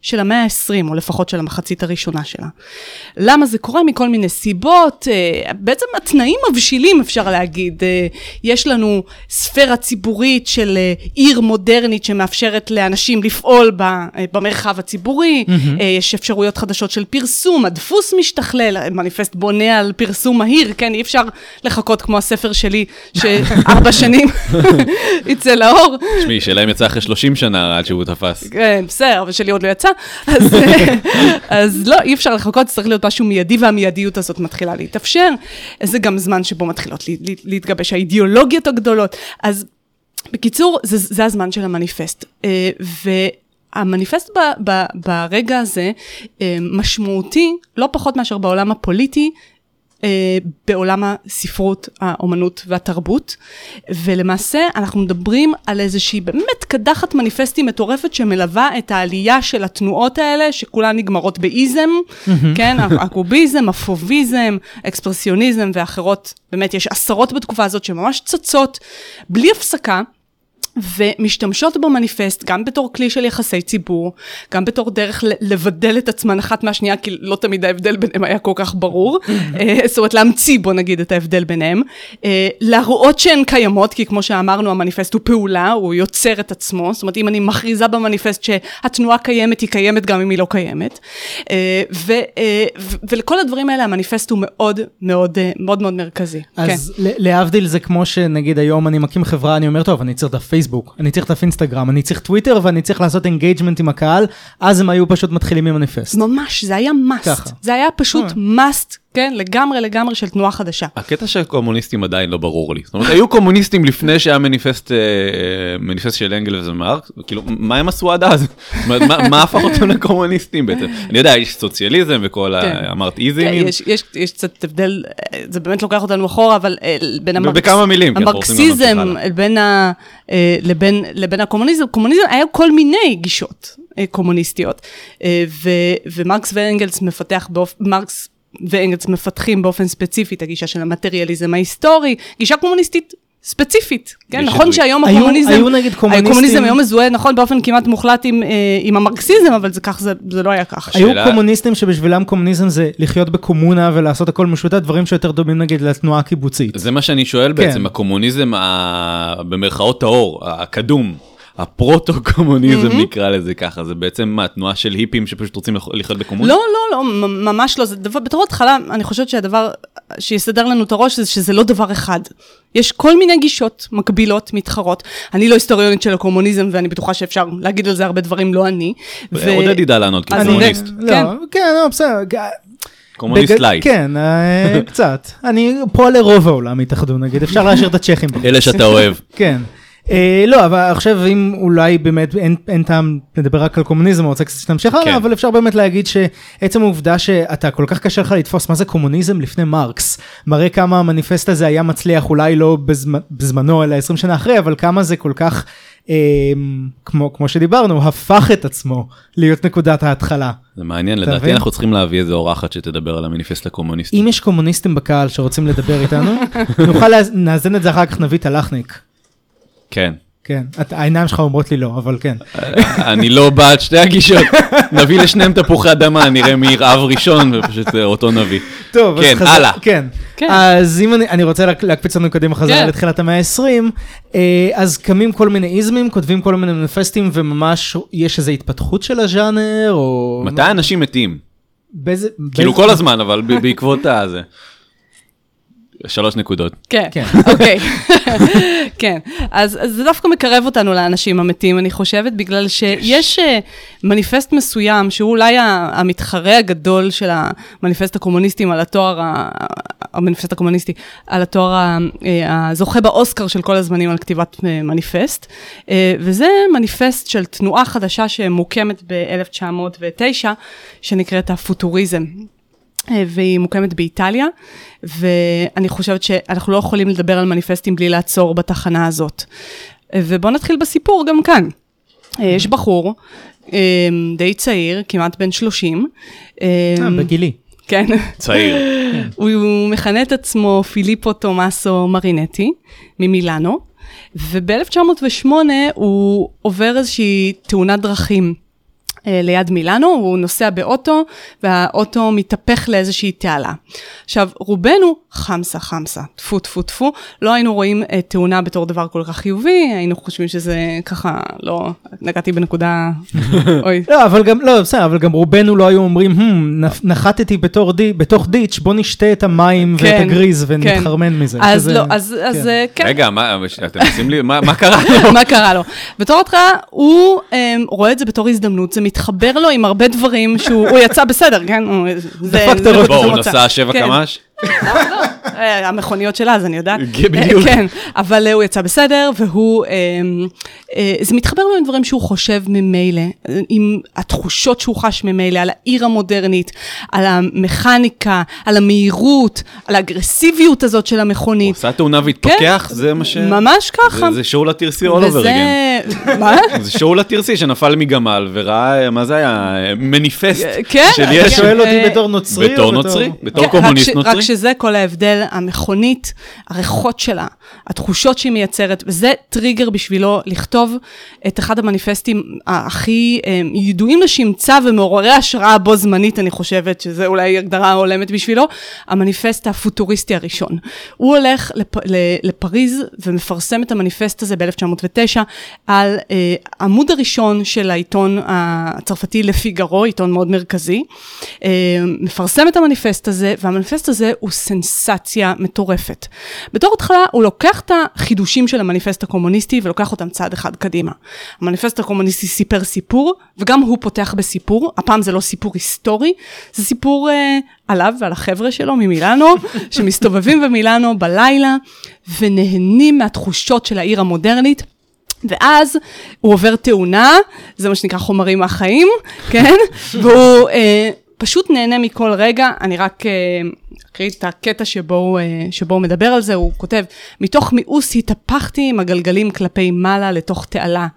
של המאה ה-20, או לפחות של המחצית הראשונה שלה. למה זה קורה? מכל מיני סיבות, בעצם התנאים מבשילים אפשר להגיד. יש לנו ספירה ציבורית של עיר מודרנית שמאפשרת לאנשים לפעול במרחב הציבורי, יש אפשרויות חדשות של פרסום, הדפוס משתכלל, מניפסט בונה על פרסום מהיר, כן, אי אפשר לחכות כמו הספר שלי, ש4 שנים יצא לאור. תשמעי, שלהם יצא אחרי 30 שנה עד שהוא תפס. כן, בסדר, אבל שלי עוד לא יצא, אז לא, אי אפשר לחכות, צריך להיות משהו מיידי, והמיידיות הזאת מתחילה להתאפשר, זה גם זמן שבו מתחילות להתגבש האידיאולוגיות הגדולות, אז בקיצור, זה הזמן של המניפסט, והמניפסט ברגע הזה משמעותי, לא פחות מאשר בעולם הפוליטי, בעולם הספרות, האומנות והתרבות, ולמעשה אנחנו מדברים על איזושהי באמת קדחת מניפסטים מטורפת שמלווה את העלייה של התנועות האלה, שכולן נגמרות באיזם, כן, הקוביזם, הפוביזם, אקספרסיוניזם ואחרות, באמת יש עשרות בתקופה הזאת שממש צצות, בלי הפסקה, ומשתמשות במניפסט גם בתור כלי של יחסי ציבור, גם בתור דרך לבדל את עצמן אחת מהשנייה, כי לא תמיד ההבדל ביניהם היה כל כך ברור, זאת אומרת להמציא בוא נגיד את ההבדל ביניהם, להראות שהן קיימות, כי כמו שאמרנו המניפסט הוא פעולה, הוא יוצר את עצמו, זאת אומרת אם אני מכריזה במניפסט שהתנועה קיימת, היא קיימת גם אם היא לא קיימת, ולכל הדברים האלה המניפסט הוא מאוד מאוד מאוד מאוד מרכזי. אז להבדיל זה כמו שנגיד היום אני מקים חברה, אני אומר טוב, אני צריך את הפייסבוק, אני צריך את אינסטגרם, אני צריך טוויטר, ואני צריך לעשות אינגייג'מנט עם הקהל, אז הם היו פשוט מתחילים עם מניפסט. ממש, זה היה must. זה היה פשוט must, כן? לגמרי של תנועה חדשה. הקטע של קומוניסטים עדיין לא ברור לי. זאת אומרת, היו קומוניסטים לפני שהיה מניפסט של אנגלס ומרקס, כאילו, מה הם עשו עד אז? זאת אומרת, מה הפך אותם לקומוניסטים בעצם? אני יודע, יש סוציאליזם וכל, אמרת איזימים. יש קצת הבדל, זה באמת לוקח אותנו אחורה, אבל בין בכמה מילים. המרקסיזם, לבין הקומוניזם, היה כל מיני גישות קומוניסטיות, ומרקס ואנגלס מפתחים באופן ספציפי את הגישה של המטריאליזם ההיסטורי, גישה קומוניסטית ספציפית, כן? נכון שהיום הקומוניזם היום מזוהה, נכון, באופן כמעט מוחלט עם המרקסיזם, אבל זה לא היה ככה. היו קומוניסטים שבשבילם קומוניזם זה לחיות בקומונה ולעשות הכל משותף, דברים שיותר דומים נגיד לתנועה הקיבוצית. זה מה שאני שואל בעצם, הקומוניזם במרכאות האור, הקדום, הפרוטו-קומוניזם נקרא לזה ככה, זה בעצם מה, תנועה של היפים שפשוט רוצים לחיות בקומונה? לא, ממש לא, בתור התחלה אני חושבת שהדבר שיסדר לנו את הראש זה שזה לא דבר אחד. יש כל מיני גישות מקבילות, מתחרות. אני לא היסטוריונית של הקומוניזם, ואני בטוחה שאפשר להגיד על זה הרבה דברים, לא אני. עודד ידע לענות כקומוניסט. כן, בסדר. קומוניסט לייט. כן, קצת. אני פה לרוב העולם התאחדו, נגיד, אפשר להשאיר את הצ'כים. אלה שאתה אוהב. כן. לא, אבל עכשיו אם אולי באמת אין טעם לדבר רק על קומוניזם, אני רוצה קצת שתמשיך הלאה, אבל אפשר באמת להגיד שעצם העובדה שאתה כל כך קשה לך לתפוס מה זה קומוניזם לפני מרקס, מראה כמה המניפסט הזה היה מצליח, אולי לא בזמנו, אלא 20 שנה אחרי, אבל כמה זה כל כך, כמו שדיברנו, הפך את עצמו להיות נקודת ההתחלה. זה מעניין, לדעתי אנחנו צריכים להביא איזו אורחת שתדבר על המניפסט הקומוניסטי. אם יש קומוניסטים בקהל שרוצים לדבר איתנו, נוכל נאזן את זה אחר כך נביא את הלחניק. כן. כן, העיניים שלך אומרות לי לא, אבל כן. אני לא בעד שתי הגישות. נביא לשניהם תפוחי אדמה, נראה מי ירעב ראשון, ופשוט אותו נביא. טוב, כן, הלאה. כן. אז אם אני רוצה להקפיץ לנו קדימה חזרה לתחילת המאה ה-20, אז קמים כל מיני איזמים, כותבים כל מיני מניפסטים, וממש יש איזו התפתחות של הז'אנר, או... מתי אנשים מתים? כאילו כל הזמן, אבל בעקבות הזה. 3 נקודות. כן, אוקיי. כן, אז זה דווקא מקרב אותנו לאנשים המתים, אני חושבת, בגלל שיש מניפסט מסוים, שהוא אולי המתחרה הגדול של המניפסט הקומוניסטים על התואר, המניפסט הקומוניסטי, על התואר הזוכה באוסקר של כל הזמנים על כתיבת מניפסט, וזה מניפסט של תנועה חדשה שמוקמת ב-1909, שנקראת הפוטוריזם. והיא מוקמת באיטליה, ואני חושבת שאנחנו לא יכולים לדבר על מניפסטים בלי לעצור בתחנה הזאת. ובואו נתחיל בסיפור גם כאן. יש בחור, די צעיר, כמעט בן 30. בגילי. כן. צעיר. הוא מכנה את עצמו פיליפו תומאסו מרינטי, ממילאנו, וב-1908 הוא עובר איזושהי תאונת דרכים, ליד מילאנו, הוא נוסע באוטו, והאוטו מתהפך לאיזושהי תעלה. עכשיו, רובנו חמסה, טפו, טפו, טפו, לא היינו רואים תאונה בתור דבר כל כך חיובי, היינו חושבים שזה ככה, לא, נגעתי בנקודה, אוי. לא, אבל גם רובנו לא היו אומרים, נחתתי בתוך דיץ', בוא נשתה את המים ואת הגריז ונתחרמן מזה. אז לא, אז כן. רגע, אתם עושים לי, מה קרה לו? מה קרה לו? בתור התחלה, הוא רואה את זה בתור הזדמנות, זה מתחבר לו עם הרבה דברים שהוא יצא בסדר, כן? בוא, הוא נסע 7 קמ"ש? לא, המכוניות שלה, אז אני יודעת. כן, אבל הוא יצא בסדר, והוא, זה מתחבר לו עם דברים שהוא חושב ממילא, עם התחושות שהוא חש ממילא, על העיר המודרנית, על המכניקה, על המהירות, על האגרסיביות הזאת של המכונית. הוא עשה תאונה והתפקח, זה מה ש... ממש ככה. זה שאול התרסי all over again. מה? זה שאול התרסי שנפל מגמל וראה, מה זה היה? מניפסט. כן. אתה שואל אותי בתור נוצרי? בתור נוצרי, בתור קומוניסט נוצרי. רק שזה כל ההבדל, המכונית, הריחות שלה, התחושות שהיא מייצרת, וזה טריגר בשבילו לכתוב את אחד המניפסטים הכי ידועים לשמצה ומעוררי השראה בו זמנית, אני חושבת שזה אולי הגדרה הולמת בשבילו, המניפסט הפוטוריסטי הראשון. הוא הולך לפריז ומפרסם את המניפסט הזה ב-1909 על עמוד הראשון של העיתון הצרפתי לפיגרו, עיתון מאוד מרכזי, מפרסם את המניפסט הזה, והמניפסט הזה הוא סנסציה מטורפת. בתור התחלה הוא לוקח את החידושים של המניפסט הקומוניסטי ולוקח אותם צעד אחד קדימה. המניפסט הקומוניסטי סיפר סיפור, וגם הוא פותח בסיפור, הפעם זה לא סיפור היסטורי, זה סיפור עליו ועל החבר'ה שלו ממילאנו, שמסתובבים במילאנו בלילה, ונהנים מהתחושות של העיר המודרנית, ואז הוא עובר תאונה, זה מה שנקרא חומרים מהחיים, כן? והוא פשוט נהנה מכל רגע, אני רק אקריא את הקטע שבו הוא מדבר על זה, הוא כותב, מתוך מיאוס התהפכתי עם הגלגלים כלפי מעלה לתוך תעלה.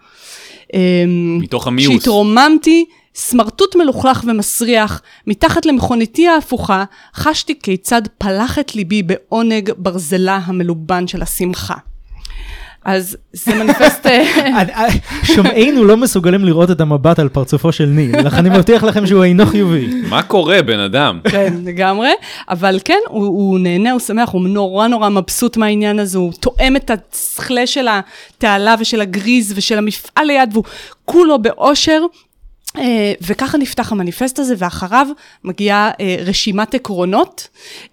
מתוך המיאוס. שהתרוממתי, סמרטוט מלוכלך ומסריח, מתחת למכוניתי ההפוכה, חשתי כיצד פלחת ליבי בעונג ברזלה המלובן של השמחה. אז זה מניפסט... שומעינו לא מסוגלים לראות את המבט על פרצופו של ניל, לכן אני מבטיח לכם שהוא אינו חיובי. מה קורה, בן אדם? כן, לגמרי, אבל כן, הוא נהנה, הוא שמח, הוא נורא מבסוט מהעניין הזה, הוא תואם את השכלה של התעלה ושל הגריז ושל המפעל ליד, והוא כולו באושר, וככה נפתח המניפסט הזה, ואחריו מגיעה רשימת עקרונות,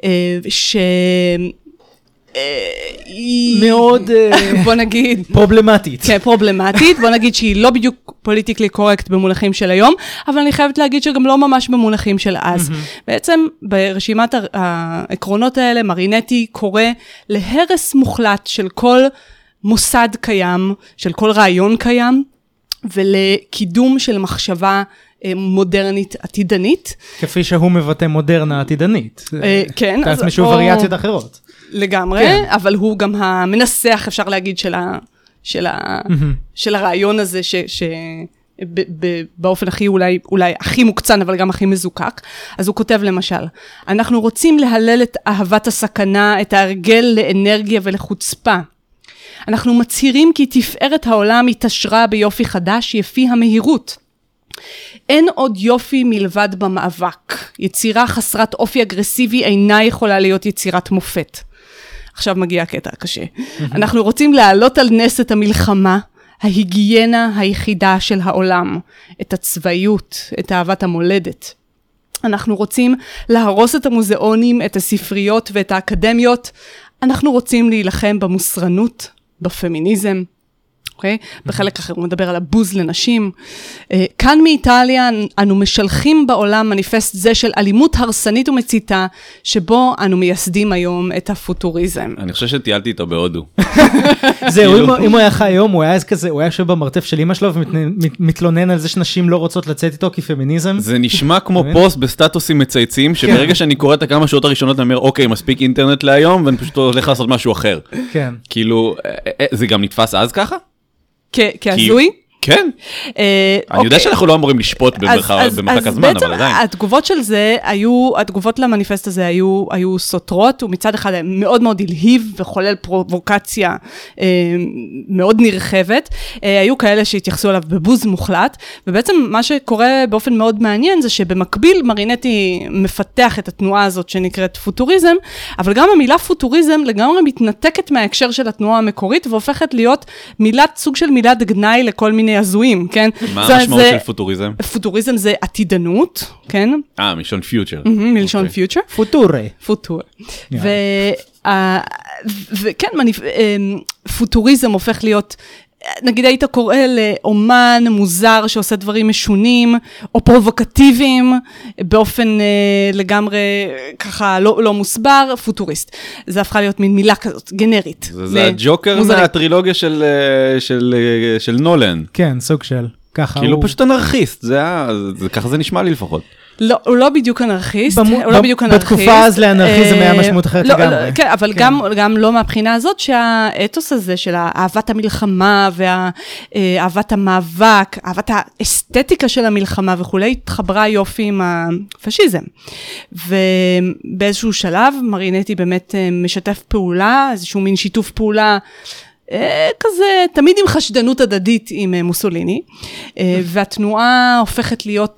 מאוד, בוא נגיד, פרובלמטית. כן, פרובלמטית, בוא נגיד שהיא לא בדיוק פוליטיקלי קורקט במונחים של היום, אבל אני חייבת להגיד שגם לא ממש במונחים של אז. בעצם ברשימת העקרונות האלה, מרינטי קורא להרס מוחלט של כל מוסד קיים, של כל רעיון קיים, ולקידום של מחשבה מודרנית עתידנית. כפי שהוא מבטא מודרנה עתידנית. כן. תעש משהו וריאציות אחרות. לגמרי, אבל הוא גם המנסח, אפשר להגיד, של הרעיון הזה, שבאופן הכי אולי הכי מוקצן, אבל גם הכי מזוקק. אז הוא כותב למשל, אנחנו רוצים להלל את אהבת הסכנה, את ההרגל לאנרגיה ולחוצפה. אנחנו מצהירים כי תפארת העולם התעשרה ביופי חדש, יפי המהירות. אין עוד יופי מלבד במאבק. יצירה חסרת אופי אגרסיבי אינה יכולה להיות יצירת מופת. עכשיו מגיע הקטע הקשה. אנחנו רוצים להעלות על נס את המלחמה, ההיגיינה היחידה של העולם, את הצבאיות, את אהבת המולדת. אנחנו רוצים להרוס את המוזיאונים, את הספריות ואת האקדמיות. אנחנו רוצים להילחם במוסרנות, בפמיניזם. אוקיי? בחלק אחר הוא מדבר על הבוז לנשים. כאן מאיטליה אנו משלחים בעולם מניפסט זה של אלימות הרסנית ומציתה, שבו אנו מייסדים היום את הפוטוריזם. אני חושב שטיילתי איתו בהודו. זהו, אם הוא היה חי היום, הוא היה כזה, הוא היה יושב במרתף של אמא שלו, ומתלונן על זה שנשים לא רוצות לצאת איתו כפמיניזם. זה נשמע כמו פוסט בסטטוסים מצייצים, שברגע שאני קורא את הכמה שעות הראשונות, אני אומר, אוקיי, מספיק אינטרנט להיום, ואני פשוט הולך לעשות משהו אחר. כן. כאילו, זה גם נתפס אז ככה? כהזוי? כן. אני יודע שאנחנו לא אמורים לשפוט במרחק הזמן, אבל עדיין. אז התגובות של זה התגובות למניפסט הזה היו סותרות, ומצד אחד מאוד מאוד הלהיב וחולל פרובוקציה מאוד נרחבת. היו כאלה שהתייחסו אליו בבוז מוחלט, ובעצם מה שקורה באופן מאוד מעניין זה שבמקביל מרינטי מפתח את התנועה הזאת שנקראת פוטוריזם, אבל גם המילה פוטוריזם לגמרי מתנתקת מההקשר של התנועה המקורית, והופכת להיות סוג של מילת גנאי לכל מיני הזויים, כן? מה המשמעות של פוטוריזם? פוטוריזם זה עתידנות, כן? מלשון פיוטר. מלשון פיוטר. פוטורה. וכן, פוטוריזם הופך להיות, נגיד היית קורא לאומן מוזר שעושה דברים משונים, או פרובוקטיביים, באופן לגמרי ככה לא מוסבר, פוטוריסט. זה הפכה להיות מין מילה כזאת, גנרית. זה הג'וקר מהטרילוגיה של נולן. כן, סוג של. כאילו פשוט אנרכיסט, ככה זה נשמע לי לפחות. לא, הוא לא בדיוק אנרכיסט, בתקופה אז לאנרכיזם היה משמעות אחרת לגמרי. כן, אבל גם לא מהבחינה הזאת שהאתוס הזה של אהבת המלחמה ואהבת המאבק, אהבת האסתטיקה של המלחמה וכולי, התחברה יופי עם הפשיזם. ובאיזשהו שלב מרינטי באמת משתף פעולה, איזשהו מין שיתוף פעולה, כזה, תמיד עם חשדנות הדדית עם מוסוליני, והתנועה הופכת להיות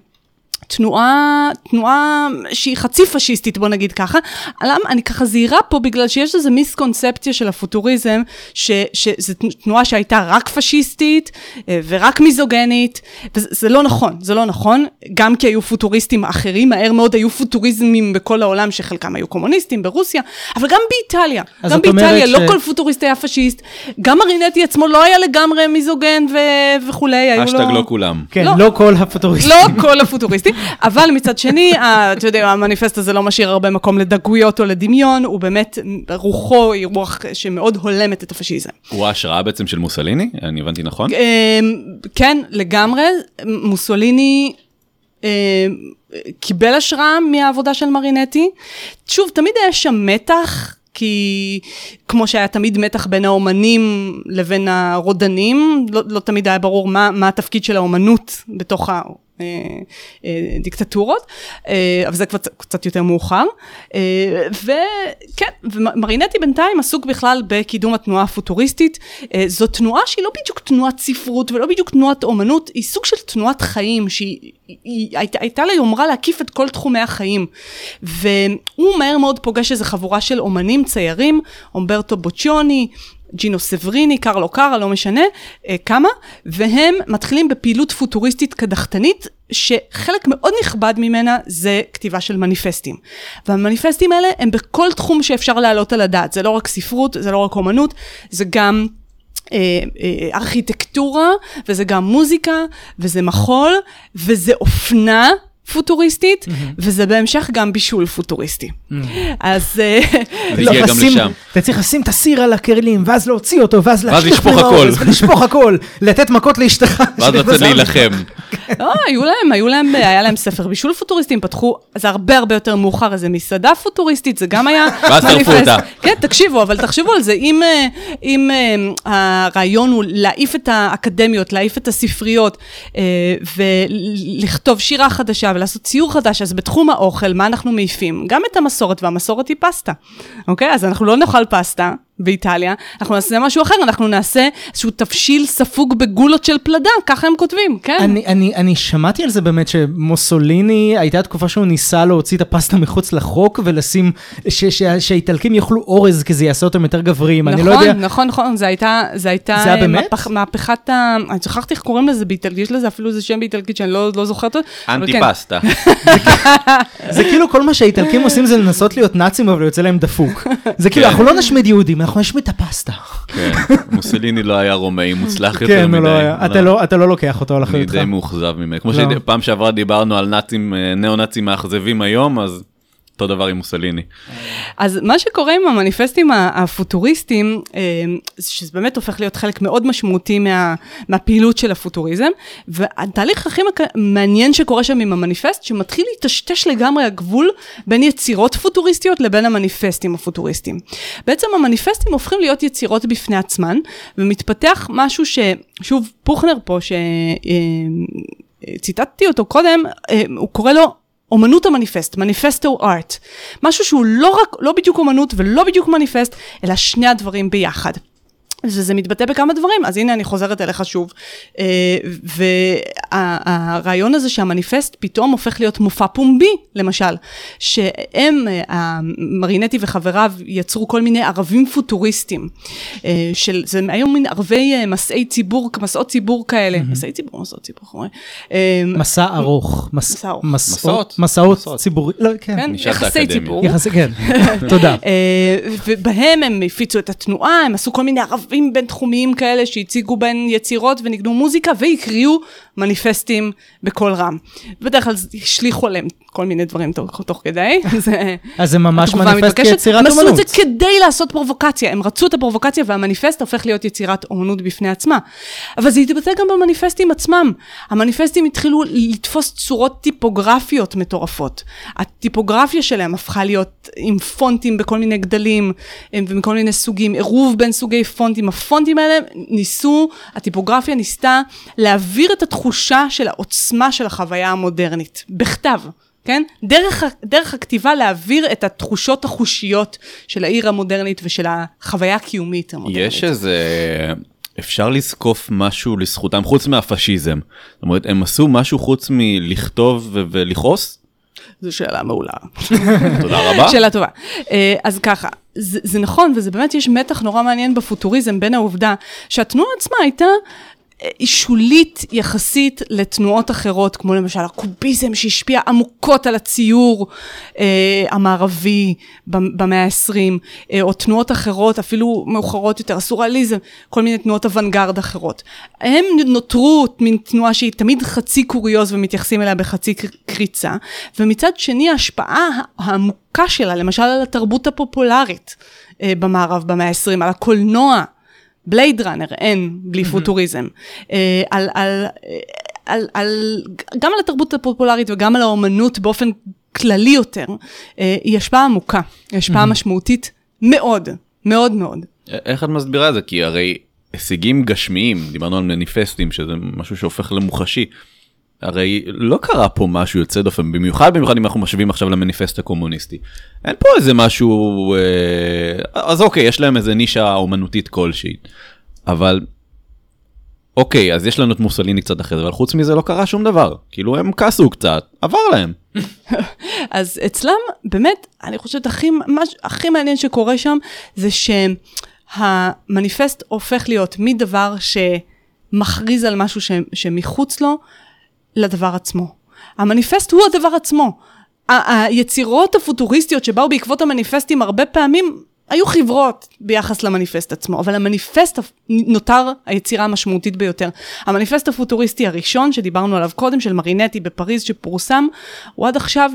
תנועה שהיא חצי פשיסטית, בוא נגיד ככה. אני ככה זהירה פה בגלל שיש איזו מיסקונספציה של הפוטוריזם, שזו תנועה שהייתה רק פשיסטית ורק מיזוגנית, וזה לא נכון, זה לא נכון, גם כי היו פוטוריסטים אחרים, מהר מאוד היו פוטוריזמים בכל העולם, שחלקם היו קומוניסטים ברוסיה, אבל גם באיטליה, לא כל פוטוריסט היה פשיסט, גם מרינטי עצמו לא היה לגמרי מיזוגן וכולי. אשטג לא כולם. כן, לא כל הפוטוריסטים. לא כל הפוטוריסטים. אבל מצד שני, אתה יודע, המניפסט הזה לא משאיר הרבה מקום לדגויות או לדמיון, הוא באמת, רוחו היא רוח שמאוד הולמת את הפשיזם. הוא ההשראה בעצם של מוסוליני? אני הבנתי נכון? כן, לגמרי. מוסוליני קיבל השראה מהעבודה של מרינטי. שוב, תמיד היה שם מתח, כי כמו שהיה תמיד מתח בין האומנים לבין הרודנים, לא תמיד היה ברור מה התפקיד של האומנות בתוך דיקטטורות, אבל זה קצת יותר מאוחר. וכן, ומרינטי בינתיים עסוק בכלל בקידום התנועה הפוטוריסטית. זו תנועה שהיא לא בדיוק תנועת ספרות ולא בדיוק תנועת אומנות, היא סוג של תנועת חיים, הייתה לה יומרה להקיף את כל תחומי החיים. והוא מהר מאוד פוגש איזו חבורה של אומנים ציירים, אומברטו בוצ'יוני, ג'ינו סבריני, קרלו קארה, לא משנה כמה, והם מתחילים בפעילות פוטוריסטית קדחתנית, שחלק מאוד נכבד ממנה זה כתיבה של מניפסטים. והמניפסטים האלה הם בכל תחום שאפשר להעלות על הדעת. זה לא רק ספרות, זה לא רק אומנות, זה גם ארכיטקטורה, וזה גם מוזיקה, וזה מחול, וזה אופנה פוטוריסטית, וזה בהמשך גם בישול פוטוריסטי. אז אתה צריך לשים את הסיר על הקרלים, ואז להוציא אותו, ואז לשפוך הכל, לתת מכות לאשתך. ואז לצאת להילחם. היה להם ספר בישול פוטוריסטי, הם פתחו, זה הרבה הרבה יותר מאוחר, איזה מסעדה פוטוריסטית, זה גם היה ואז תרפו אותה. כן, תקשיבו, אבל תחשבו על זה, אם הרעיון הוא להעיף את האקדמיות, להעיף את הספריות, ולכתוב שירה חדשה, ולעשות ציור חדש, אז בתחום האוכל, מה אנחנו מעיפים? גם את המסורת, והמסורת היא פסטה. אוקיי? אז אנחנו לא נאכל פסטה באיטליה, אנחנו נעשה משהו אחר, אנחנו נעשה איזשהו תבשיל ספוג בגולות של פלדה, ככה הם כותבים, כן? אני שמעתי על זה באמת שמוסוליני, הייתה תקופה שהוא ניסה להוציא את הפסטה מחוץ לחוק, ולשים, שהאיטלקים יאכלו אורז, כי זה יעשה אותם יותר גבריים, אני לא יודע. נכון, זה הייתה מהפכת, אני שכחתי איך קוראים לזה באיטלקית, יש לזה אפילו איזה שם באיטלקית שאני לא זוכרת. אנטי פסטה. זה כאילו כל מה שהאיטלקים עושים זה לנסות להיות נאצים, אבל יוצא להם דפוק. זה כאילו, אנחנו לא נשמיד יהודים, אנחנו נשמיד את הפסטה. כן, מוסוליני לא היה רומאי מוצלח יותר מדי. כן, אתה לא לוקח אותו על אחריותך. אני די מאוכזב ממך. כמו שפעם שעברה דיברנו על נאצים, נאו-נאצים מאכזבים היום, אז אותו דבר עם מוסליני. אז מה שקורה עם המניפסטים הפוטוריסטים, שזה באמת הופך להיות חלק מאוד משמעותי מהפעילות של הפוטוריזם, והתהליך הכי מעניין שקורה שם עם המניפסט, שמתחיל להתשתש לגמרי הגבול בין יצירות פוטוריסטיות לבין המניפסטים הפוטוריסטיים. בעצם המניפסטים הופכים להיות יצירות בפני עצמן, ומתפתח משהו שוב פוכנר פה, ציטטתי אותו קודם, הוא קורא לו אומנות המניפסט, מניפסטו ארט. משהו שהוא לא בדיוק אומנות ולא בדיוק מניפסט, אלא שני הדברים ביחד. וזה מתבטא בכמה דברים, אז הנה אני חוזרת אליך שוב. והרעיון הזה שהמניפסט פתאום הופך להיות מופע פומבי, למשל, שהם, מרינטי וחבריו, יצרו כל מיני ערבים פוטוריסטים, זה היו מין ערבי מסעי ציבור, מסעות ציבור כאלה, מסעי ציבור, מסעות ציבור, מסע ארוך, מסעות ציבורי, לא, כן. יחסי ציבור. כן, תודה. ובהם הם הפיצו את התנועה, הם עשו כל מיני ערבים בין-תחומיים כאלה שהציגו בין יצירות וניגנו מוזיקה והקריאו מניפסטים בכל רם. בדרך כלל השליחו עליהם כל מיני דברים תוך כדי. אז זה ממש מניפסט כיצירת אומנות. הם עשו את זה כדי לעשות פרובוקציה. הם רצו את הפרובוקציה והמניפסט הופך להיות יצירת אומנות בפני עצמה. אבל זה התבטא גם במניפסטים עצמם. המניפסטים התחילו לתפוס צורות טיפוגרפיות מטורפות. הטיפוגרפיה שלהם הפכה להיות עם פונטים בכל מיני גדלים ומכל מיני סוגים, עירוב בין סוגי פונטים. הפונטים האלה הטיפוגרפיה ניסתה להעביר את התחושה של העוצמה של החוויה המודרנית, בכתב, כן? דרך הכתיבה להעביר את התחושות החושיות של העיר המודרנית ושל החוויה הקיומית המודרנית. יש איזה, אפשר לזקוף משהו לזכותם, חוץ מהפשיזם. זאת אומרת, הם עשו משהו חוץ מלכתוב ולכעוס? זו שאלה מעולה. תודה רבה. שאלה טובה. אז ככה, זה נכון, וזה באמת יש מתח נורא מעניין בפוטוריזם, בין העובדה שהתנועה עצמה הייתה שולית יחסית לתנועות אחרות, כמו למשל הקוביזם שהשפיע עמוקות על הציור המערבי במאה ה-20, או תנועות אחרות, אפילו מאוחרות יותר, הסוראליזם, כל מיני תנועות אוונגרד אחרות. הם נותרו מין תנועה שהיא תמיד חצי קוריוז ומתייחסים אליה בחצי קריצה, ומצד שני ההשפעה העמוקה שלה, למשל על התרבות הפופולרית במערב במאה ה-20, על הקולנוע, בלייד ראנר, אין, בלי פוטוריזם. גם על התרבות הפופולרית וגם על האומנות באופן כללי יותר, היא השפעה עמוקה, היא השפעה משמעותית מאוד, מאוד מאוד. איך את מסבירה את זה? כי הרי הישגים גשמיים, דיברנו על מניפסטים, שזה משהו שהופך למוחשי, הרי לא קרה פה משהו יוצא דופן, במיוחד אם אנחנו משווים עכשיו למניפסט הקומוניסטי. אין פה איזה משהו, אז אוקיי, יש להם איזה נישה אומנותית כלשהי, אבל אוקיי, אז יש לנו את מוסליני קצת אחרי זה, אבל חוץ מזה לא קרה שום דבר. כאילו הם כעסו קצת, עבר להם. אז אצלם, באמת, אני חושבת, הכי מעניין שקורה שם, זה שהמניפסט הופך להיות מדבר שמכריז על משהו שמחוץ לו, לדבר עצמו. המניפסט הוא הדבר עצמו. היצירות הפוטוריסטיות שבאו בעקבות המניפסטים הרבה פעמים היו חברות ביחס למניפסט עצמו, אבל המניפסט נותר היצירה המשמעותית ביותר. המניפסט הפוטוריסטי הראשון שדיברנו עליו קודם, של מרינטי בפריז שפורסם, הוא עד עכשיו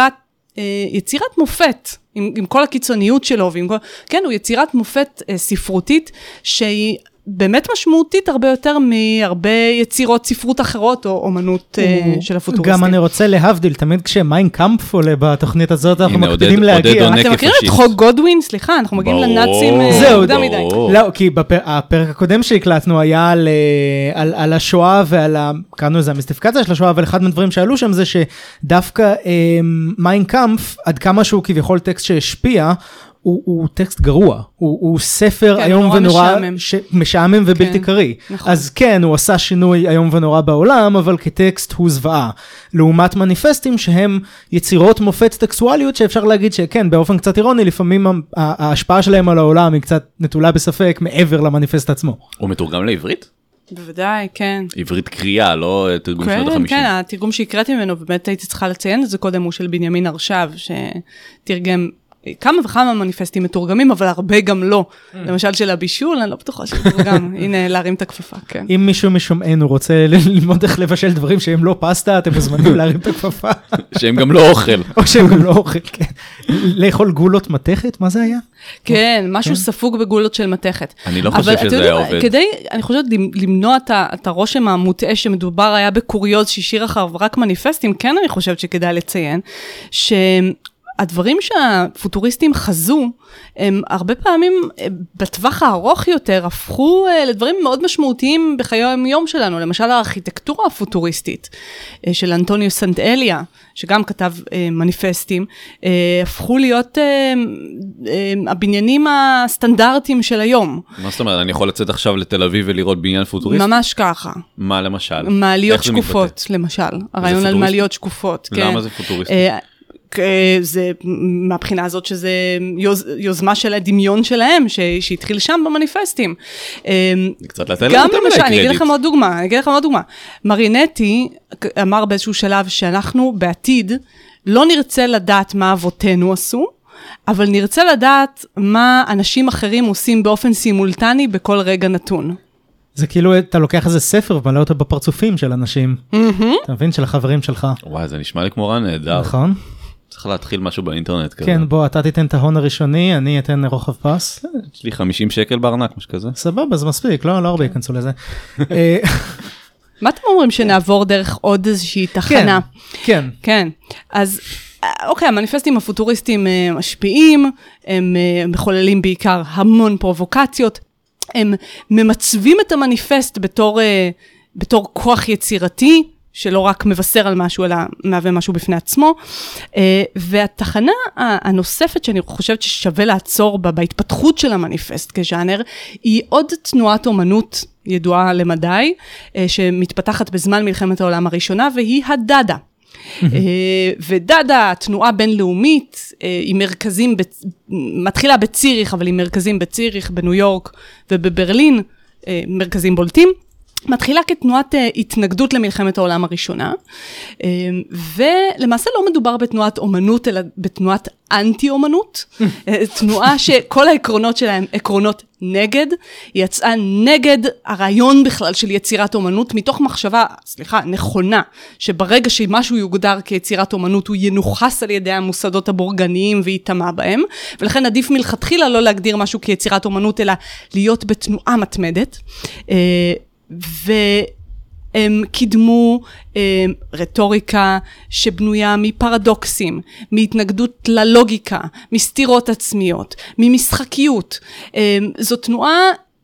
יצירת מופת, עם כל הקיצוניות שלו, כן, הוא יצירת מופת ספרותית שהיא באמת משמעותית הרבה יותר מהרבה יצירות ספרות אחרות או אומנות של הפוטוריסטים. גם אני רוצה להבדיל, תמיד כשמיין קאמפף עולה בתוכנית הזאת, אנחנו מקפידים להגיע. אתם מכירים את חוק גודווין? סליחה, אנחנו מגיעים לנאצים מוקדם מדי. לא, כי הפרק הקודם שהקלטנו היה על השואה ועל, קראנו לזה המיסטיפיקציה של השואה, אבל אחד מהדברים שעלו שם זה שדווקא מיין קאמפף, עד כמה שהוא כביכול טקסט שהשפיע, הוא טקסט גרוע, הוא ספר היום ונורא, משעמם ובלתי קריא. אז כן, הוא עשה שינוי היום ונורא בעולם, אבל כטקסט הוא זוועה. לעומת מניפסטים שהם יצירות מופת טקסטואליות, שאפשר להגיד שכן, באופן קצת אירוני, לפעמים ההשפעה שלהם על העולם היא קצת נטולה בספק מעבר למניפסט עצמו. הוא מתורגם לעברית? בוודאי, כן. עברית קריאה, לא תרגום שנות ה-50. כן, התרגום שהקראתי ממנו, באמת הייתי צריכה לציין את זה קודם, הוא של בנימין הרשב, שתרגם כמה וכמה מניפסטים מתורגמים, אבל הרבה גם לא. למשל של הבישול, אני לא בטוחה שתורגם. הנה, להרים את הכפפה, כן. אם מישהו משומענו רוצה ללמוד איך לבשל דברים שהם לא פסטה, אתם מזמנים להרים את הכפפה. שהם גם לא אוכל. או שהם גם לא אוכל, כן. לאכול גולות מתכת, מה זה היה? כן, משהו ספוג בגולות של מתכת. אני לא חושב שזה היה עובד. כדי, אני חושבת, למנוע את הרושם המוטעה שמדובר היה בקוריוז שהשאיר אחריו רק מניפסטים, כן אני חושבת שכדאי לציין, שהדברים שהפוטוריסטים חזו, הם הרבה פעמים בטווח הארוך יותר הפכו לדברים מאוד משמעותיים בחיי היום שלנו, למשל הארכיטקטורה הפוטוריסטית של אנטוניו סנטאליה, שגם כתב מניפסטים, הפכו להיות הבניינים הסטנדרטיים של היום. מה זאת אומרת? אני יכול לצאת עכשיו לתל אביב ולראות בניין פוטוריסטי? ממש ככה. מה למשל? מעליות שקופות, למשל. הרעיון על מעליות שקופות. למה זה פוטוריסטי? זה מהבחינה הזאת שזה יוזמה של הדמיון שלהם, שהתחיל שם במניפסטים. קצת לתת גם למשל, אני אגיד לכם עוד דוגמה. מרינטי אמר באיזשהו שלב שאנחנו בעתיד לא נרצה לדעת מה אבותינו עשו, אבל נרצה לדעת מה אנשים אחרים עושים באופן סימולטני בכל רגע נתון. זה כאילו, אתה לוקח איזה ספר ומלא אותו בפרצופים של אנשים. אתה מבין? של החברים שלך. וואי, זה נשמע לי כמו רע נהדר. נכון. צריך להתחיל משהו באינטרנט כזה. כן, בוא, אתה תיתן את ההון הראשוני, אני אתן רוחב פס. יש לי 50 שקל בארנק, משהו כזה. סבבה, זה מספיק, לא הרבה ייכנסו לזה. מה אתם אומרים שנעבור דרך עוד איזושהי תחנה? כן. כן. אז, אוקיי, המניפסטים הפוטוריסטים משפיעים, הם מחוללים בעיקר המון פרובוקציות, הם ממצבים את המניפסט בתור כוח יצירתי, שלא רק מבשר על משהו, אלא מהווה משהו בפני עצמו. והתחנה הנוספת שאני חושבת ששווה לעצור בה, בהתפתחות של המניפסט כז'אנר, היא עוד תנועת אומנות ידועה למדי, שמתפתחת בזמן מלחמת העולם הראשונה, והיא הדאדה. ודאדה, תנועה בינלאומית, היא מרכזים, מתחילה בציריך, אבל היא מרכזים בציריך, בניו יורק ובברלין, מרכזים בולטים. מתחילה כתנועת התנגדות למלחמת העולם הראשונה, ולמעשה לא מדובר בתנועת אומנות, אלא בתנועת אנטי-אומנות, תנועה שכל העקרונות שלהם עקרונות נגד, היא יצאה נגד הרעיון בכלל של יצירת אומנות, מתוך מחשבה, נכונה, שברגע שמשהו יוגדר כיצירת אומנות, הוא ינוחס על ידי המוסדות הבורגניים ויתמה בהם, ולכן עדיף מלכתחילה לא להגדיר משהו כיצירת אומנות, אלא להיות בתנועה מתמדת, והם קידמו רטוריקה שבנויה מפרדוקסים, מהתנגדות ללוגיקה, מסתירות עצמיות, ממשחקיות. זו תנועה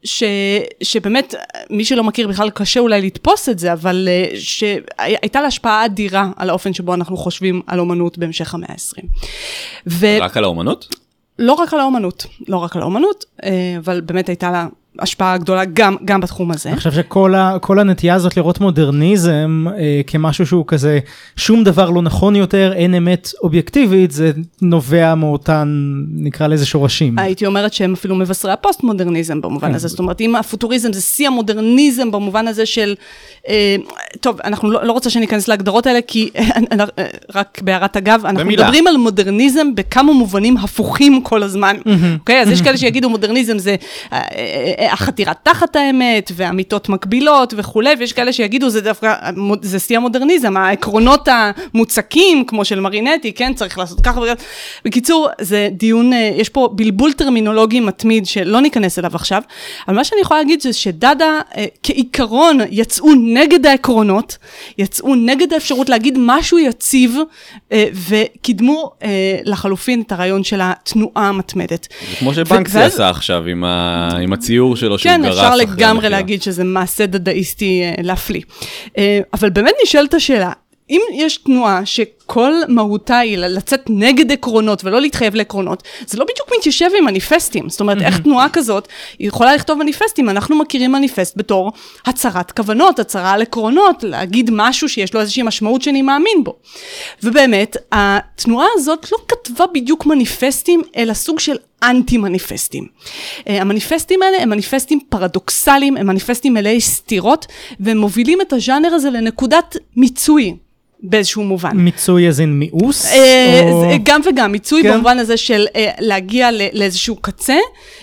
שבאמת, מי שלא מכיר בכלל קשה אולי לתפוס את זה, אבל שהייתה לה השפעה אדירה על האופן שבו אנחנו חושבים על אומנות בהמשך המאה ה-20. רק על האומנות? לא רק על האומנות, אבל באמת הייתה לה השפעה גדולה גם בתחום הזה. אני חושב שכל הנטייה הזאת לראות מודרניזם כמשהו שהוא כזה, שום דבר לא נכון יותר, אין אמת אובייקטיבית, זה נובע מאותן, נקרא לזה שורשים. הייתי אומרת שהם אפילו מבשרי הפוסט-מודרניזם במובן הזה, זאת אומרת, אם הפוטוריזם זה שיא המודרניזם במובן הזה של, טוב, אנחנו לא רוצה שניכנס להגדרות האלה, כי רק בהערת אגב, אנחנו מדברים על מודרניזם בכמה מובנים הפוכים כל הזמן. אוקיי? אז יש כאלה שיגידו מודרניזם זה החתירה תחת האמת, והאמיתות מקבילות וכו', ויש כאלה שיגידו, זה דווקא, זה שיא המודרניזם, העקרונות המוצקים, כמו של מרינטי, כן, צריך לעשות ככה וככה. בקיצור, זה דיון, יש פה בלבול טרמינולוגי מתמיד, שלא ניכנס אליו עכשיו, אבל מה שאני יכולה להגיד, זה שדאדה, כעיקרון, יצאו נגד העקרונות, יצאו נגד האפשרות להגיד משהו יציב, וקידמו לחלופין את הרעיון של התנועה המתמדת. כמו שבנקסי עשה עכשיו עם הציור שלו שהוא גרס. כן, אפשר לגמרי להגיד שזה מעשה דדאיסטי להפליא. אבל באמת נשאלת השאלה, אם יש תנועה שכל מהותה היא לצאת נגד עקרונות ולא להתחייב לעקרונות, זה לא בדיוק מתיישב עם מניפסטים. זאת אומרת, איך תנועה כזאת היא יכולה לכתוב מניפסטים? אנחנו מכירים מניפסט בתור הצהרת כוונות, הצהרה על עקרונות, להגיד משהו שיש לו איזושהי משמעות שאני מאמין בו. ובאמת, התנועה הזאת לא כתבה בדיוק מניפסטים, אלא סוג של אנטי-מניפסטים. המניפסטים האלה הם מניפסטים פרדוקסליים, הם מניפסטים מלאי סתירות, והם מובילים את הז'אנר הזה לנקודת מיצוי. באיזשהו מובן. מיצוי אז אין מיאוס? גם וגם, מיצוי במובן הזה של להגיע לאיזשהו קצה,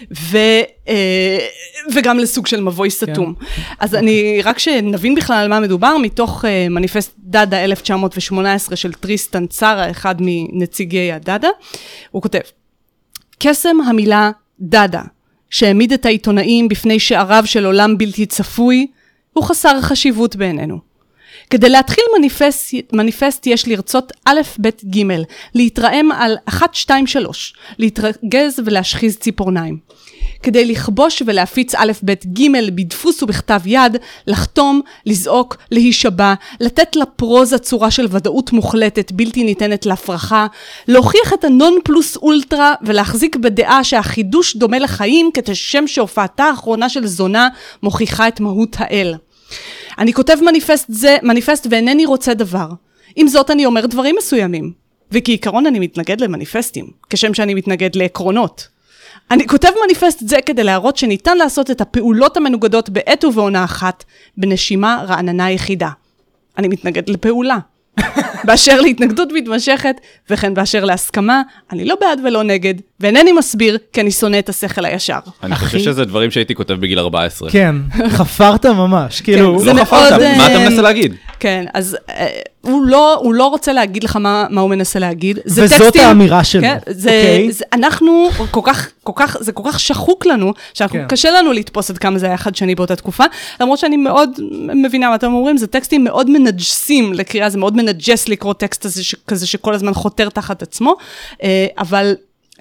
וגם לסוג של מבוי סתום. אז אני, רק שנבין בכלל על מה מדובר, מתוך מניפסט דאדה 1918 של טריסטן צרה, אחד מנציגי הדאדה, הוא כותב, קסם המילה דאדה, שהעמיד את העיתונאים בפני שעריו של עולם בלתי צפוי, הוא חסר חשיבות בעינינו. כדי להתחיל מניפסט יש לרצות א', ב', ג', להתרעם על 1, 2, 3, להתרגז ולהשחיז ציפורניים. כדי לכבוש ולהפיץ א', ב', ג', בדפוס ובכתב יד, לחתום, לזעוק, להישבע, לתת לפרוזה צורה של ודאות מוחלטת, בלתי ניתנת להפרחה, להוכיח את הנון פלוס אולטרה ולהחזיק בדעה שהחידוש דומה לחיים, כשם שהופעתה האחרונה של זונה מוכיחה את מהות האל. אני כותב מניפסט ואינני רוצה דבר. עם זאת אני אומר דברים מסוימים. וכעיקרון אני מתנגד למניפסטים, כשם שאני מתנגד לעקרונות. אני כותב מניפסט זה כדי להראות שניתן לעשות את הפעולות המנוגדות בעת ובעונה אחת, בנשימה רעננה יחידה. אני מתנגד לפעולה. באשר להתנגדות מתמשכת, וכן באשר להסכמה, אני לא בעד ולא נגד, ואינני מסביר, כי אני שונא את השכל הישר. אני חושב שזה דברים שהייתי כותב בגיל 14. כן, חפרת ממש, כאילו... לא חפרת, מה אתה מנסה להגיד? כן, אז הוא לא רוצה להגיד לך מה הוא מנסה להגיד. וזאת האמירה שלו. אנחנו, זה כל כך שחוק לנו, שקשה לנו לתפוס עד כמה זה היה חדשני באותה תקופה, למרות שאני מאוד מבינה מה אתם אומרים, זה טקסטים מאוד מנג'סים לקריאה, זה מאוד מנג'ס לקרוא טקסט כזה שכל הזמן חותר תחת עצמו, אבל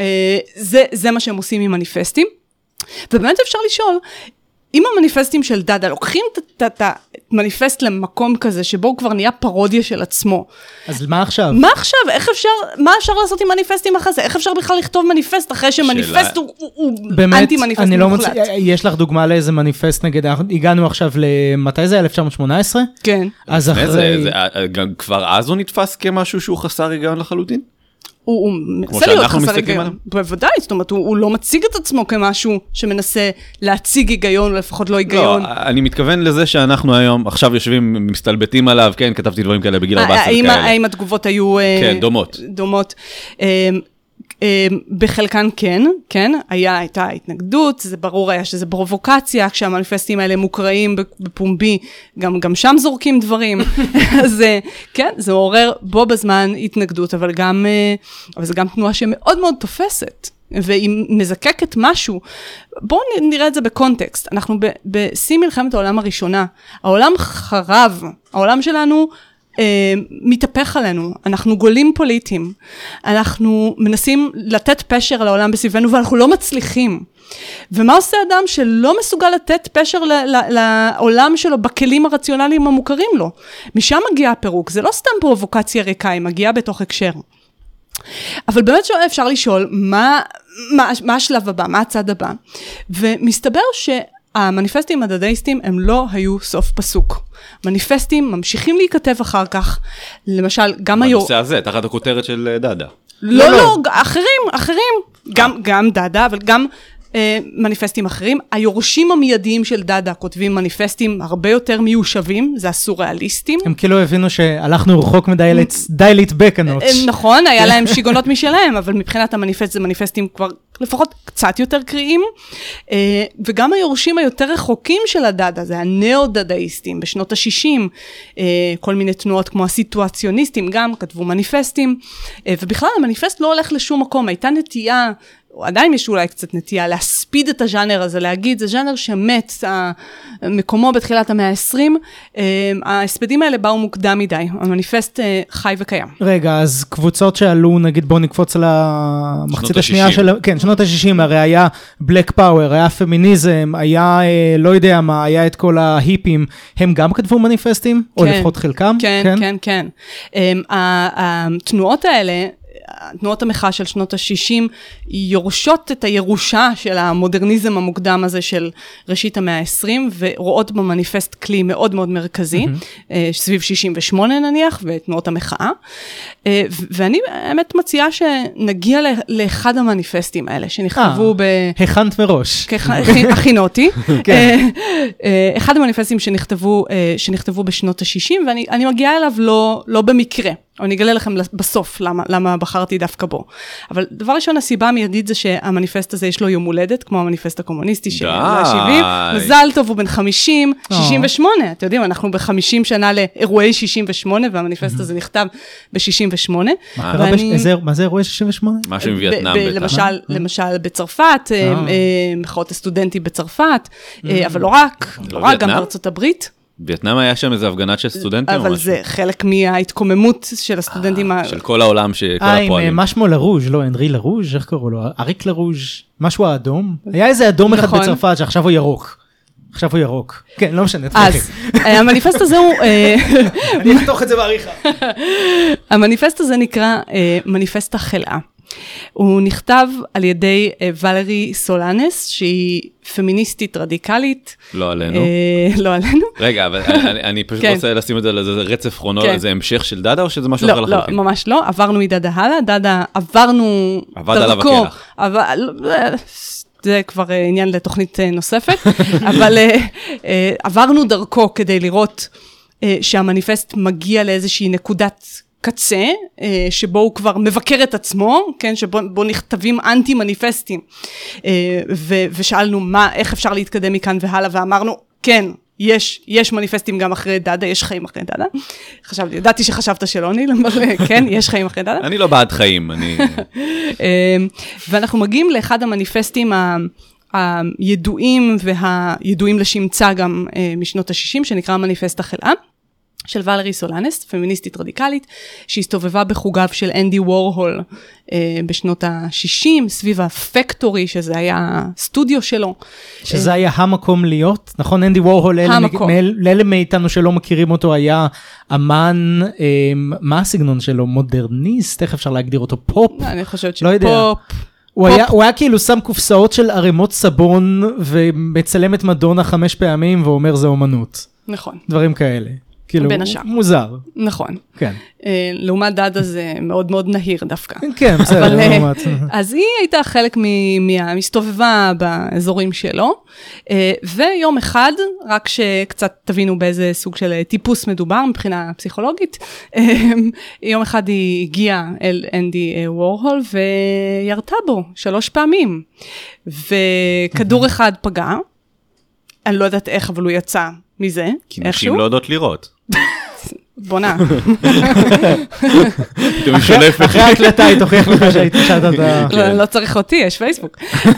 זה מה שהם עושים עם מניפסטים. ובאמת אפשר לשאול, אם המניפסטים של דאדה לוקחים את המניפסט למקום כזה, שבו הוא כבר נהיה פרודיה של עצמו. אז מה עכשיו? מה עכשיו? מה אפשר לעשות עם מניפסטים אחרי זה? איך אפשר בכלל לכתוב מניפסט אחרי שמניפסט הוא אנטי-מניפסט מוחלט? יש לך דוגמה לאיזה מניפסט נגד, הגענו עכשיו מתי זה? 1918? כן. אז אחרי... כבר אז הוא נתפס כמשהו שהוא חסר היגיון לחלוטין? הוא מנסה להיות חסר היגיון, בוודאי, זאת אומרת, הוא לא מציג את עצמו כמשהו שמנסה להציג היגיון, או לפחות לא היגיון. לא, אני מתכוון לזה שאנחנו היום, עכשיו יושבים, מסתלבטים עליו, כן, כתבתי דברים כאלה בגיל 14 כאלה. האם התגובות היו... כן, דומות. דומות. בחלקן כן, הייתה התנגדות, זה ברור היה שזה פרובוקציה, כשהמניפסטים האלה מוקראים בפומבי, גם שם זורקים דברים, אז כן, זה מעורר בו בזמן התנגדות, אבל זה גם תנועה שמאוד מאוד תופסת, והיא מזקקת משהו. בואו נראה את זה בקונטקסט, אנחנו בשיא מלחמת העולם הראשונה, העולם חרב, העולם שלנו, מתהפך עלינו, אנחנו גולים פוליטיים, אנחנו מנסים לתת פשר לעולם בסביבנו, ואנחנו לא מצליחים. ומה עושה אדם שלא מסוגל לתת פשר לעולם שלו בכלים הרציונליים המוכרים לו? משם מגיע הפירוק, זה לא סתם פרובוקציה ריקה, היא מגיעה בתוך הקשר. אבל באמת אפשר לשאול, מה השלב הבא, מה הצד הבא? ומסתבר המניפסטים הדדאיסטים הם לא היו סוף פסוק. מניפסטים ממשיכים להיכתב אחר כך, למשל, גם היום... בנושא הזה, תחת הכותרת של דאדה. לא, אחרים. גם דאדה, אבל גם מניפסטים אחרים. היורשים המיידיים של דאדה כותבים מניפסטים הרבה יותר מיושבים, זה הסוריאליסטים. הם כאילו הבינו שהלכנו רחוק מדי להתבק הנוץ'. נכון, היה להם שיגונות משלהם, אבל מבחינת המניפסט זה מניפסטים כבר לפחות קצת יותר קריאים, וגם היורשים היותר רחוקים של הדאדה, זה הנאו-דדאיסטים בשנות ה-60, כל מיני תנועות כמו הסיטואציוניסטים גם כתבו מניפסטים, ובכלל המניפסט לא הולך לשום מקום, הייתה נטייה, עדיין יש אולי קצת נטייה להספיד את הז'אנר הזה, להגיד, זה ז'אנר שמת, מקומו בתחילת המאה ה-20, ההספדים האלה באו מוקדם מדי, המניפסט חי וקיים. רגע, אז קבוצות שעלו, נגיד בוא נקפוץ למחצית השנייה של, כן, שנות ה-60, הרי היה בלק פאוור, היה פמיניזם, היה לא יודע מה, היה את כל ההיפים, הם גם כתבו מניפסטים? או לפחות חלקם? כן. התנועות האלה, תנועות המחאה של שנות ה-60 יורשות את הירושה של המודרניזם המוקדם הזה של ראשית המאה ה-20, ורואות במניפסט כלי מאוד מאוד מרכזי, סביב 68 נניח, ותנועות המחאה. ואני באמת מציעה שנגיע לאחד המניפסטים האלה, שנכתבו הכנת מראש. הכינותי. אחד המניפסטים שנכתבו בשנות ה-60, ואני מגיעה אליו לא במקרה. אני אגלה לכם בסוף למה בחרתי דווקא בו. אבל דבר ראשון, הסיבה המיידית זה שהמניפסט הזה יש לו יום הולדת, כמו המניפסט הקומוניסטי של ה-70. מזל טוב, הוא בן 50, 68. אתם יודעים, אנחנו ב-50 שנה לאירועי 68, והמניפסט הזה נכתב ב-68. מה זה אירועי 68? משהו מווייטנאם. למשל בצרפת, מחאות הסטודנטים בצרפת, אבל לא רק, גם בארצות הברית. וייטנאם היה שם איזה הפגנת של סטודנטים או משהו. אבל זה חלק מההתקוממות של הסטודנטים. של כל העולם, כל הפועלים. מה שמו לרוז', לא, אנרי לרוז', איך קראו לו? אריק לרוז', משהו האדום? היה איזה אדום אחד בצרפת שעכשיו הוא ירוק. עכשיו הוא ירוק. כן, לא משנה. אז המניפסט הזה הוא... אני אחתוך את זה בעריכה. המניפסט הזה נקרא מניפסט החלאה. הוא נכתב על ידי ולרי סולאנס, שהיא פמיניסטית רדיקלית. לא עלינו. לא עלינו. רגע, אבל אני פשוט רוצה לשים את זה לאיזה רצף כרונולוגי, איזה המשך של דאדה, או שזה משהו אחר לחלוטין? לא, ממש לא. עברנו מדאדה הלאה, דאדה עברנו דרכו. זה כבר עניין לתוכנית נוספת, אבל עברנו דרכו כדי לראות שהמניפסט מגיע לאיזושהי נקודת קצה, שבו הוא כבר מבקר את עצמו, כן, שבו נכתבים אנטי-מניפסטים, ושאלנו איך אפשר להתקדם מכאן והלאה, ואמרנו, כן, יש מניפסטים גם אחרי דאדה, יש חיים אחרי דאדה. ידעתי שחשבת שלא ניל, אבל כן, יש חיים אחרי דאדה. אני לא בעד חיים, ואנחנו מגיעים לאחד המניפסטים הידועים, והידועים לשמצה גם משנות ה-60, שנקרא מניפסט החלאה. של ולרי סולאנס, פמיניסטית רדיקלית, שהסתובבה בחוגיו של אנדי וורהול בשנות ה-60, סביב הפקטורי, שזה היה סטודיו שלו. שזה היה המקום להיות, נכון? אנדי וורהול, לאלה מאיתנו שלא מכירים אותו, היה אמן, מה הסגנון שלו? מודרניסט? איך אפשר להגדיר אותו? פופ? אני חושבת שפופ. הוא היה כאילו שם קופסאות של ערימות סבון, ומצלם את מדונה 5 פעמים, ואומר זה אומנות. נכון. דברים כאלה. כאילו, מוזר. נכון. כן. לעומת דאדה זה מאוד מאוד נהיר דווקא. כן, בסדר. אז היא הייתה חלק מסתובבה באזורים שלו, ויום אחד, רק שקצת תבינו באיזה סוג של טיפוס מדובר מבחינה פסיכולוגית, יום אחד היא הגיעה אל אנדי וורהול, וירתה בו 3 פעמים, וכדור אחד פגע, אני לא יודעת איך, אבל הוא יצא מזה. כי נשים לא יודעות לראות. בונה. אחרי ההקלטה היא תוכיח לך שהיית שאתה... לא צריך אותי, יש פייסבוק.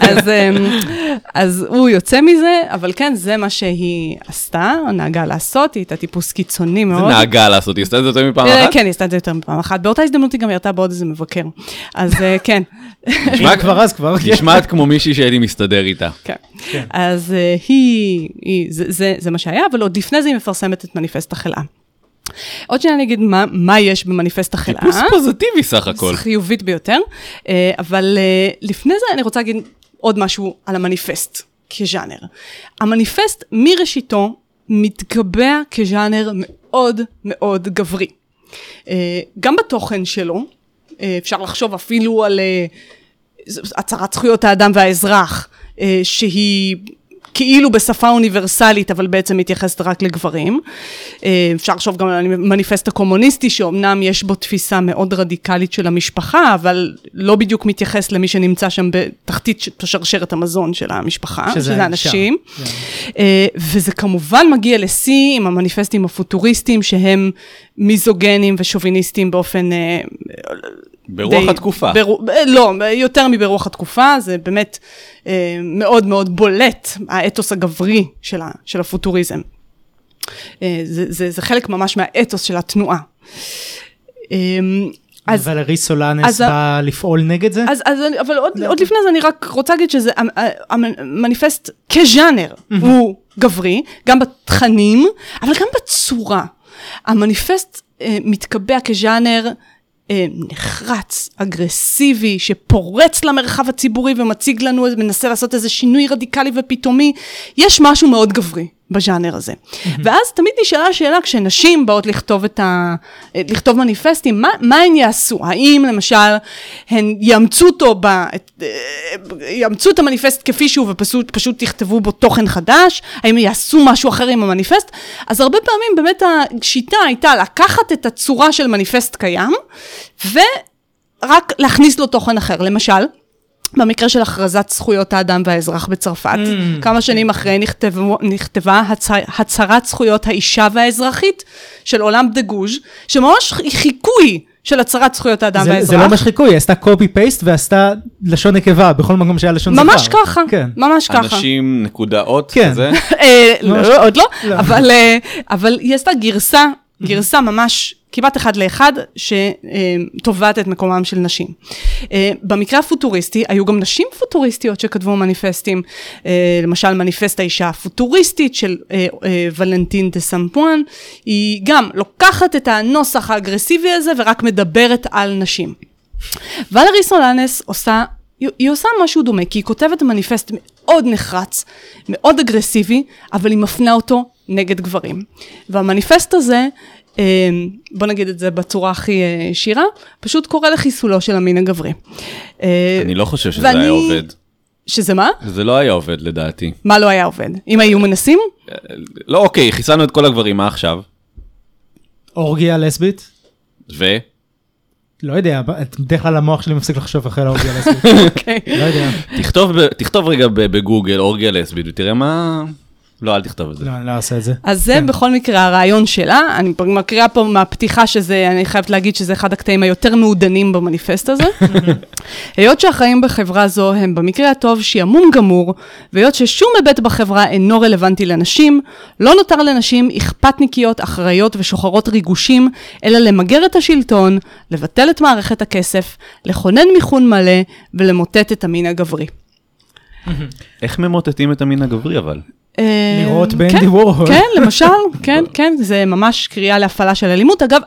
אז הוא יוצא מזה, אבל כן, זה מה שהיא עשתה, נהגה לעשות, היא הייתה טיפוס קיצוני מאוד. זה נהגה לעשות, היא עשתה את זה יותר מפעם אחת? כן, היא עשתה את זה יותר מפעם אחת. באותה הזדמנות היא גם ירתה בעוד איזה מבקר. אז כן. נשמעת כמו מישהי שהייתי מסתדר איתה. כן. אז זה מה שהיה, אבל עוד לפני זה היא מפרסמת את מניפסט החלאה. עוד שנייה אני אגיד מה יש במניפסט החלאה. טיפוס פוזיטיבי סך הכל. חיובית ביותר. אבל לפני זה אני רוצה להגיד עוד משהו על המניפסט כז'אנר. המניפסט מראשיתו מתקבע כז'אנר מאוד מאוד גברי. גם בתוכן שלו, אפשר לחשוב אפילו על הצהרת זכויות האדם והאזרח, שהיא כאילו בשפה אוניברסלית, אבל בעצם מתייחסת רק לגברים. אפשר לחשוב גם על המניפסט הקומוניסטי, שאומנם יש בו תפיסה מאוד רדיקלית של המשפחה, אבל לא בדיוק מתייחס למי שנמצא שם בתחתית שרשרת המזון של המשפחה, שזה אנשים. וזה כמובן מגיע לשיא עם המניפסטים הפוטוריסטיים, שהם מיזוגנים ושוביניסטים באופן... ברוח התקופה. לא, יותר מברוח התקופה, זה באמת מאוד מאוד בולט, האתוס הגברי של הפוטוריזם. זה חלק ממש מהאתוס של התנועה. ולרי סולאנס בא לפעול נגד זה? אבל עוד לפני זה אני רק רוצה להגיד שזה המניפסט כז'אנר, הוא גברי, גם בתכנים, אבל גם בצורה. המניפסט מתקבע כז'אנר נחרץ, אגרסיבי, שפורץ למרחב הציבורי ומציג לנו, מנסה לעשות איזה שינוי רדיקלי ופתאומי, יש משהו מאוד גברי בז'אנר הזה. ואז תמיד נשאלה השאלה, כשנשים באות לכתוב מניפסטים, מה הן יעשו? האם למשל הן יאמצו את המניפסט כפי שהוא ופשוט תכתבו בו תוכן חדש? האם יעשו משהו אחר עם המניפסט? אז הרבה פעמים באמת השיטה הייתה לקחת את הצורה של מניפסט קיים, ורק להכניס לו תוכן אחר. למשל, במקרה של הכרזת זכויות האדם והאזרח בצרפת, כמה שנים אחרי נכתבה הצהרת זכויות האישה והאזרחית של עולם דגוז' שממש חיקוי של הצהרת זכויות האדם והאזרח. זה לא ממש חיקוי, היא עשתה קופי פייסט ועשתה לשון נקבה בכל מקום שהיה לשון זכר. ממש ככה, ממש ככה. אנשים נקודות כזה? עוד לא, אבל היא עשתה גרסה ממש כמעט אחד לאחד שטובעת את מקומם של נשים. במקרה הפוטוריסטי, היו גם נשים פוטוריסטיות שכתבו מניפסטים, למשל מניפסט האישה הפוטוריסטית של ולנטין דה סמפואן, היא גם לוקחת את הנוסח האגרסיבי הזה ורק מדברת על נשים. ולרי סולנס היא עושה משהו דומה, כי היא כותבת מניפסט מאוד נחרץ, מאוד אגרסיבי, אבל היא מפנה אותו נגד גברים. והמניפסט הזה, בוא נגיד את זה בצורה הכי שירה, פשוט קורא לחיסולו של המין הגברי. אני לא חושב שזה היה עובד. שזה מה? זה לא היה עובד לדעתי. מה לא היה עובד? אם היו מנסים? לא, אוקיי, חיסלנו את כל הגברים, מה עכשיו? אורגיה לסבית? לא יודע, בדרך כלל המוח שלי מפסיק לחשוב אחרי לאורגיה לסבית. אוקיי. לא יודע. תכתוב רגע בגוגל אורגיה לסבית, ותראה מה... לא, אל תכתוב את זה. לא, אני לא אעשה את זה. אז זה בכל מקרה הרעיון שלה, אני מקריאה פה מהפתיחה שזה, אני חייבת להגיד שזה אחד הקטעים היותר מעודנים במניפסט הזה. היות שהחיים בחברה זו הם במקרה הטוב שימום גמור, והיות ששום היבט בחברה אינו רלוונטי לנשים, לא נותר לנשים אכפתניקיות, אחראיות ושוחרות ריגושים, אלא למגר את השלטון, לבטל את מערכת הכסף, לכונן מיכון מלא ולמוטט את המין הגברי. איך ממוטטים את המין הגברי אבל? לראות באנדי וורהול. כן, למשל, כן, זה ממש קריאה להפעלה של אלימות. אגב,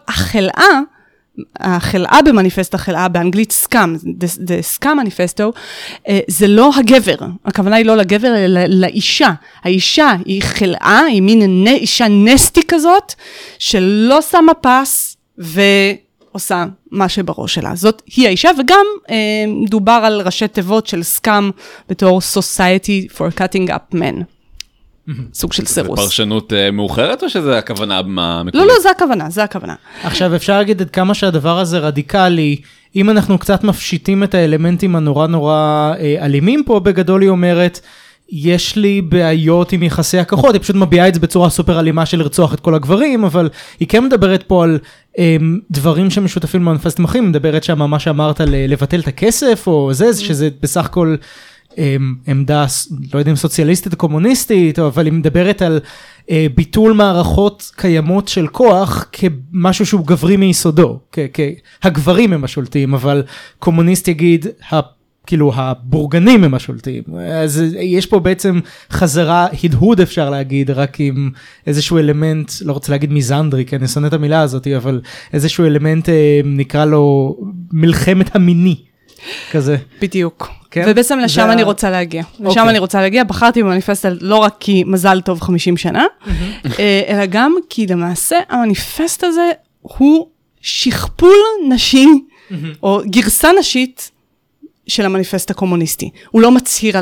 החלאה במניפסט החלאה, באנגלית סקאם, the scam manifesto, זה לא הגבר, הכוונה היא לא לגבר, אלא לאישה. האישה היא חלאה, היא מין אישה נסטי כזאת, שלא שמה פס ועושה מה שבראש שלה. זאת היא האישה, וגם דובר על ראשי תיבות של סקאם בתור Society for Cutting Up Men. סוג של סירוס. זה פרשנות מאוחרת או שזה הכוונה המקומית? לא, זה הכוונה. עכשיו אפשר להגיד עד כמה שהדבר הזה רדיקלי, אם אנחנו קצת מפשיטים את האלמנטים הנורא נורא אלימים פה, בגדול היא אומרת, יש לי בעיות עם יחסי הכוחות, היא פשוט מביעה את זה בצורה סופר אלימה של לרצוח את כל הגברים, אבל היא כן מדברת פה על דברים שמשותפים למניפסטים אחרים, מדברת שם מה שאמרת לבטל את הכסף, או זה, שזה בסך הכל עמדה, לא יודע אם סוציאליסטית או קומוניסטית, אבל היא מדברת על ביטול מערכות קיימות של כוח כמשהו שהוא גברי מיסודו, הגברים הם השולטים, אבל קומוניסט יגיד, כאילו הבורגנים הם השולטים, אז יש פה בעצם חזרה, הדהוד אפשר להגיד, רק עם איזשהו אלמנט, לא רוצה להגיד מיזנדרי, כי אני שונא את המילה הזאת, אבל איזשהו אלמנט נקרא לו מלחמת המיני, כזה. בדיוק. ובעצם לשם אני רוצה להגיע. לשם אני רוצה להגיע, בחרתי במניפסט לא רק כי מזל טוב 50 שנה, אלא גם כי למעשה המניפסט הזה הוא שכפול נשי, או גרסה נשית, של המניפסט הקומוניסטי. הוא לא מצהיר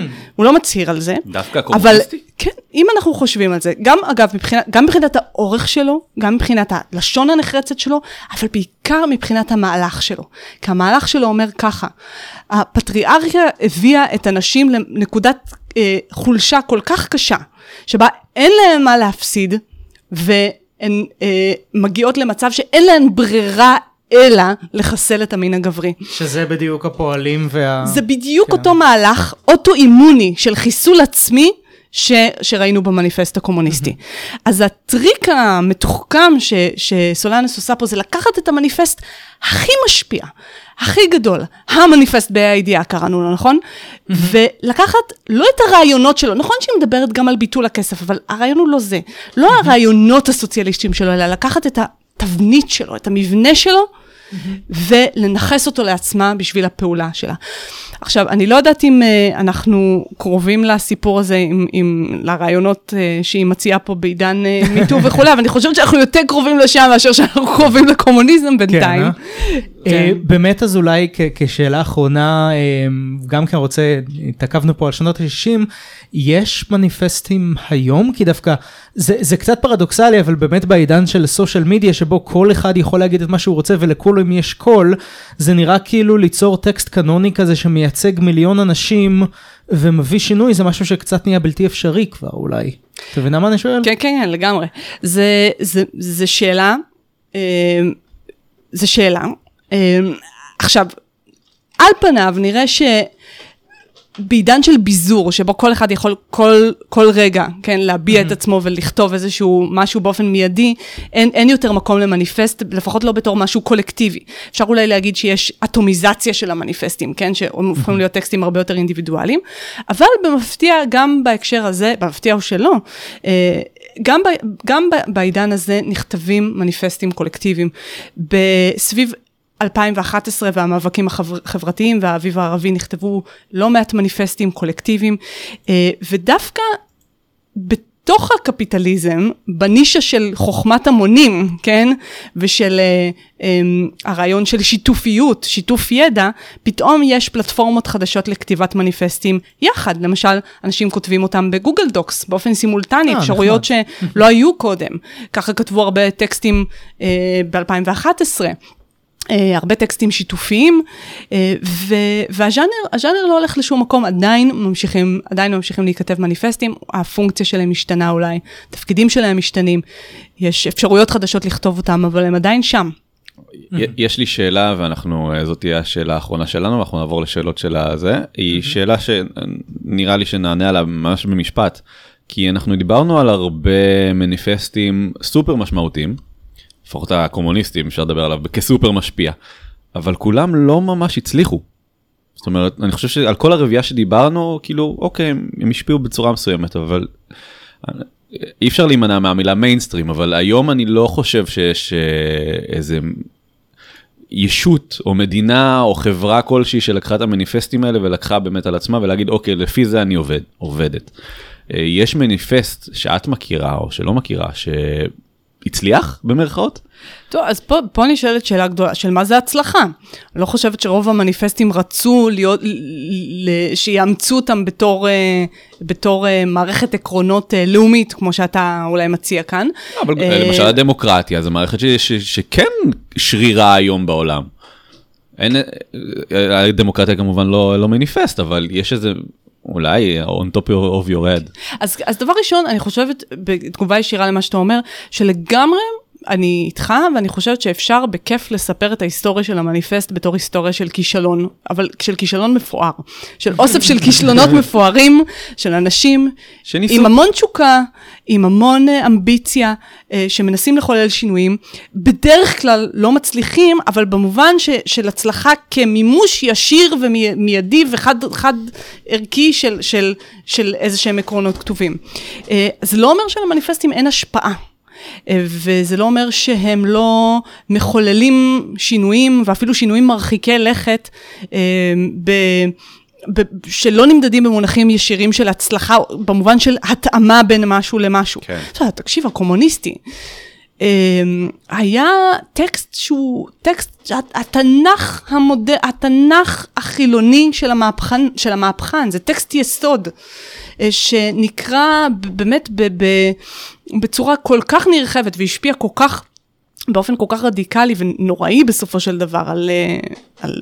על זה. דווקא קומוניסטי? אבל כן, אם אנחנו חושבים על זה, גם אגב, גם מבחינת האורך שלו, גם מבחינת הלשון הנחרצת שלו, אבל בעיקר מבחינת המהלך שלו. כי המהלך שלו אומר ככה, הפטריארכיה הביאה את הנשים לנקודת חולשה כל כך קשה, שבה אין להם מה להפסיד, והן מגיעות למצב שאין להן ברירה אלא לחסל את המין הגברי. שזה בדיוק הפועלים זה בדיוק אותו מהלך, אוטואימוני של חיסול עצמי, שראינו במניפסט הקומוניסטי. אז הטריק המתוחכם שסולנס עושה פה, זה לקחת את המניפסט הכי משפיע, הכי גדול, המניפסט בהידיעה קראנו לו, נכון? ולקחת לא את הרעיונות שלו, נכון שהיא מדברת גם על ביטול הכסף, אבל הרעיון הוא לא זה. לא הרעיונות הסוציאליסטיים שלו, אלא לקחת את התבנית שלו, את המבנה שלו, ולנחס אותו לעצמה בשביל הפעולה שלה. עכשיו, אני לא יודעת אם אנחנו קרובים לסיפור הזה, לרעיונות שהיא מציעה פה בעידן מיטו וכו', אבל אני חושבת שאנחנו יותר קרובים לשם, מאשר שאנחנו קרובים לקומוניזם בינתיים. באמת אז אולי כשאלה אחרונה, גם כי רוצה, התעכבנו פה על שנות ה-60, יש מניפסטים היום? כי דווקא זה קצת פרדוקסלי, אבל באמת בעידן של סושיאל מדיה, שבו כל אחד יכול להגיד את מה שהוא רוצה, ולכולם יש קול, זה נראה כאילו ליצור טקסט קנוני כזה, שמייצג מיליון אנשים, ומביא שינוי, זה משהו שקצת נהיה בלתי אפשרי כבר אולי. אתה מבינה מה אני שואל? כן, כן, לגמרי. זה שאלה, עכשיו, על פניו נראה בעידן של ביזור, שבו כל אחד יכול כל רגע, כן, להביע את עצמו ולכתוב איזשהו משהו באופן מיידי, אין יותר מקום למניפסט, לפחות לא בתור משהו קולקטיבי. אפשר אולי להגיד שיש אטומיזציה של המניפסטים, כן, שהם הופכים להיות טקסטים הרבה יותר אינדיבידואליים, אבל במפתיע גם בהקשר הזה, במפתיע או שלא, גם בעידן הזה נכתבים מניפסטים קולקטיביים, בסביב 2011 והמאבקים החברתיים והאביב הערבי נכתבו לא מעט מניפסטים קולקטיביים, ודווקא בתוך הקפיטליזם, בנישה של חוכמת המונים, כן, ושל הרעיון של שיתופיות, שיתוף ידע, פתאום יש פלטפורמות חדשות לכתיבת מניפסטים יחד, למשל, אנשים כותבים אותם בגוגל דוקס, באופן סימולטני, אפשרויות שלא היו קודם, ככה כתבו הרבה טקסטים ב-2011, הרבה טקסטים שיתופיים, והז'אנר לא הולך לשום מקום, עדיין ממשיכים להיכתב מניפסטים, הפונקציה שלהם משתנה אולי, תפקידים שלהם משתנים, יש אפשרויות חדשות לכתוב אותם, אבל הם עדיין שם. יש לי שאלה, זאת תהיה השאלה האחרונה שלנו, ואנחנו נעבור לשאלות של הזה, היא שאלה שנראה לי שנענה עליה ממש במשפט, כי אנחנו דיברנו על הרבה מניפסטים סופר משמעותיים, לפחות הקומוניסטים, אפשר לדבר עליו כסופר משפיע, אבל כולם לא ממש הצליחו. זאת אומרת, אני חושב שעל כל הרביעה שדיברנו, כאילו, אוקיי, הם השפיעו בצורה מסוימת, אבל אי אפשר להימנע מהמילה מיינסטרים, אבל היום אני לא חושב שיש איזה ישות או מדינה או חברה כלשהי שלקחה את המניפסטים האלה ולקחה באמת על עצמה ולהגיד, אוקיי, לפי זה אני עובדת. יש מניפסט שאת מכירה או שלא מכירה, הצליח במרכאות? טוב, אז פה נשאלת שאלה גדולה, של מה זה הצלחה? אני לא חושבת שרוב המניפסטים רצו שיאמצו אותם בתור מערכת עקרונות לאומית, כמו שאתה אולי מציע כאן. אבל למשל הדמוקרטיה, זו מערכת שכן שרירה היום בעולם. הדמוקרטיה כמובן לא מניפסט, אבל יש איזה אולי on top of your head. אז דבר ראשון, אני חושבת, בתגובה ישירה למה שאתה אומר, שלגמרי אני איתך, ואני חושבת שאפשר בכיף לספר את ההיסטוריה של המניפסט בתור היסטוריה של כישלון, אבל של כישלון מפואר, של אוסף של כישלונות מפוארים, של אנשים עם המון תשוקה, עם המון אמביציה, שמנסים לחולל שינויים, בדרך כלל לא מצליחים, אבל במובן של הצלחה כמימוש ישיר ומיידי וחד ערכי של איזה שהם עקרונות כתובים. זה לא אומר שלמניפסטים אין השפעה. וזה לא אומר שהם לא מחוללים שינויים, ואפילו שינויים מרחיקי לכת, שלא נמדדים במונחים ישירים של הצלחה, במובן של התאמה בין משהו למשהו. תקשיב, הקומוניסטי, היה טקסט שהוא טקסט, התנ"ך החילוני של המהפכן, זה טקסט יסוד, שנקרא באמת בצורה כל כך נרחבת, והשפיע באופן כל כך רדיקלי ונוראי בסופו של דבר על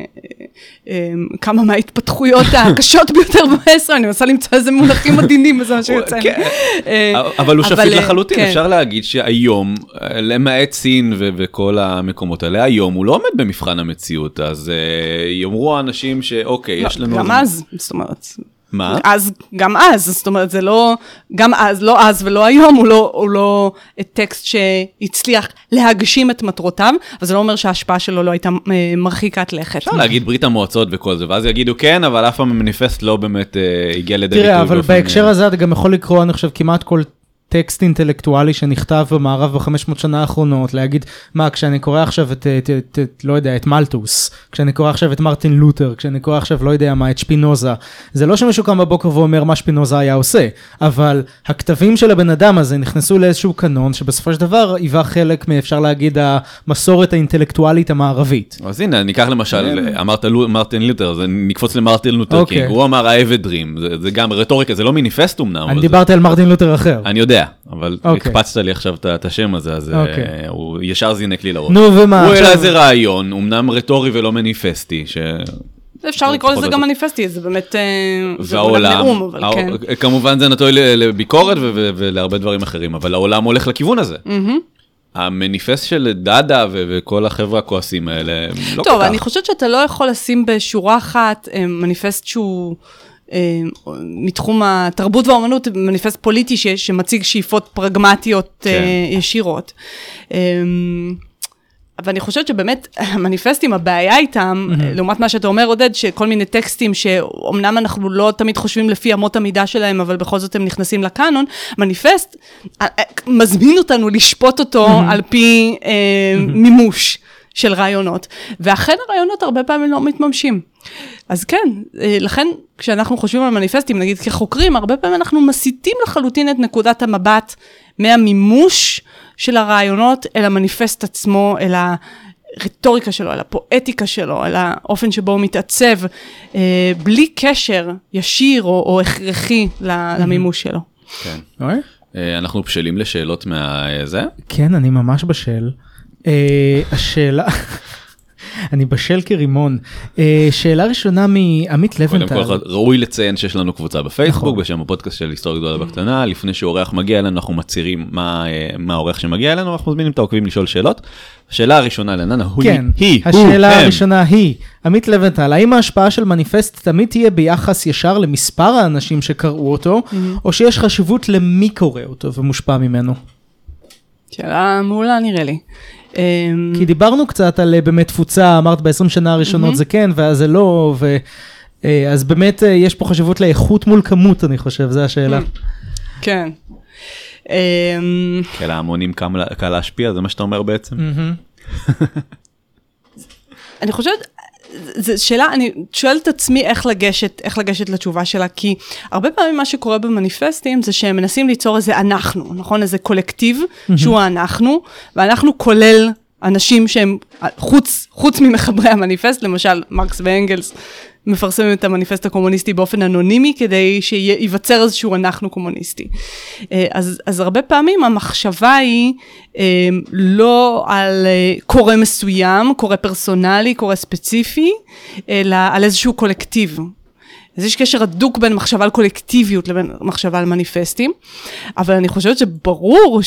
כמה מההתפתחויות הקשות ביותר במאה, אני מנסה למצוא איזה מונחים עדינים בזה מה שיוצא. אבל הוא שפיט לחלוטין, אפשר להגיד שהיום, למעט סין וכל המקומות האלה, היום הוא לא עומד במבחן המציאות, אז יאמרו האנשים שאוקיי, יש לנו... גם אז, זאת אומרת... מה? גם אז, זאת אומרת, זה לא, גם אז, לא אז ולא היום, הוא לא טקסט שהצליח להגשים את מטרותיו, אבל זה לא אומר שההשפעה שלו לא הייתה מרחיקת לכת. אפשר להגיד ברית המועצות וכל זה, ואז יגידו כן, אבל אף פעם המניפסט לא באמת הגיע לידי ביטוי. תראה, אבל בהקשר הזה אתה גם יכול לקרוא, אני חושב, כמעט כל טקסט אינטלקטואלי שנכתב במערב ב-500 שנה האחרונות, להגיד, מה, כשאני קורא עכשיו לא יודע, את מלטוס, כשאני קורא עכשיו את מרטין לותר, כשאני קורא עכשיו, לא יודע מה, את שפינוזה, זה לא שמישהו קם בבוקר ואומר מה שפינוזה היה עושה, אבל הכתבים של הבן אדם הזה נכנסו לאיזשהו קנון, שבסופו של דבר היווה חלק מאפשר להגיד המסורת האינטלקטואלית המערבית. אז הנה, ניקח למשל, אמרת מרטין לותר, זה נקפוץ למרטין לותר קינג, הוא אמר I have a dream, זה גם רטוריקה, זה לא מניפסט אמנם. אני דיברתי על מרטין לותר אחר. אני יודע, אבל הקפצת לי עכשיו את השם הזה, אז הוא ישר זינק לי לראש. נו, ומה? הוא העלה איזה רעיון, אמנם רטורי ולא מניפסטי, אפשר לקרוא לזה גם מניפסטי, זה באמת נאום, אבל כן. כמובן זה נטוי לביקורת ולהרבה דברים אחרים, אבל העולם הולך לכיוון הזה. המניפסט של דאדה וכל החבר'ה הכועסים האלה, לא טוב, אני חושבת שאתה לא יכול לשים בשורה אחת מניפסט שהוא מתחום התרבות והאומנות, מניפסט פוליטי שמציג שאיפות פרגמטיות ישירות. אבל אני חושבת שבאמת המניפסטים, הבעיה איתם, לעומת מה שאתה אומר, עודד, שכל מיני טקסטים שאומנם אנחנו לא תמיד חושבים לפי אמות המידה שלהם, אבל בכל זאת הם נכנסים לקאנון, מניפסט מזמין אותנו לשפוט אותו על פי מימוש של רעיונות, ואכן הרעיונות הרבה פעמים לא מתממשים. אז כן, לכן כשאנחנו חושבים על מניפסטים, נגיד כחוקרים, הרבה פעמים אנחנו מסיטים לחלוטין את נקודת המבט מהמימוש של הרעיונות אל המניפסט עצמו, אל הרטוריקה שלו, אל הפואטיקה שלו, אל האופן שבו הוא מתעצב, בלי קשר ישיר או הכרחי למימוש שלו. כן. אנחנו בשלים לשאלות מהזה? כן, אני ממש בשל. השאלה... אני בשל כרימון. שאלה ראשונה מעמית לבנטל. קודם כל, ראוי לציין שיש לנו קבוצה בפייסבוק, בשם הפודקאסט של היסטוריה גדולה בקטנה, לפני שאורח מגיע אלינו, אנחנו מצהירים מה האורח שמגיע אלינו, אנחנו מזמינים את העוקבים לשאול שאלות. השאלה הראשונה לננה, השאלה הראשונה היא, עמית לבנטל, האם ההשפעה של מניפסט תמיד תהיה ביחס ישר למספר האנשים שקראו אותו, או שיש חשיבות למי קורא אותו ומושפע ממנו? שאלה מעולה נראה לי. כי דיברנו קצת על באמת תפוצה, אמרת ב-20 שנה הראשונות זה כן, ואז זה לא, אז באמת יש פה חשיבות לאיכות מול כמות, אני חושב, זו השאלה. כן. כי להמונים קל להשפיע, זה מה שאתה אומר בעצם? אני חושבת, זו שאלה, אני שואלת את עצמי איך לגשת לתשובה שלה, כי הרבה פעמים מה שקורה במניפסטים, זה שהם מנסים ליצור איזה אנחנו, נכון? איזה קולקטיב, שהוא האנחנו, ואנחנו כולל אנשים שהם חוץ ממחברי המניפסט, למשל מרקס ואנגלס, מפרסמים את המניפסט הקומוניסטי באופן אנונימי, כדי שיווצר איזשהו אנחנו קומוניסטי. אז הרבה פעמים המחשבה היא לא על קורא מסוים, קורא פרסונלי, קורא ספציפי, אלא על איזשהו קולקטיב. אז יש קשר הדוק בין מחשבה על קולקטיביות לבין מחשבה על מניפסטים, אבל אני חושבת שברור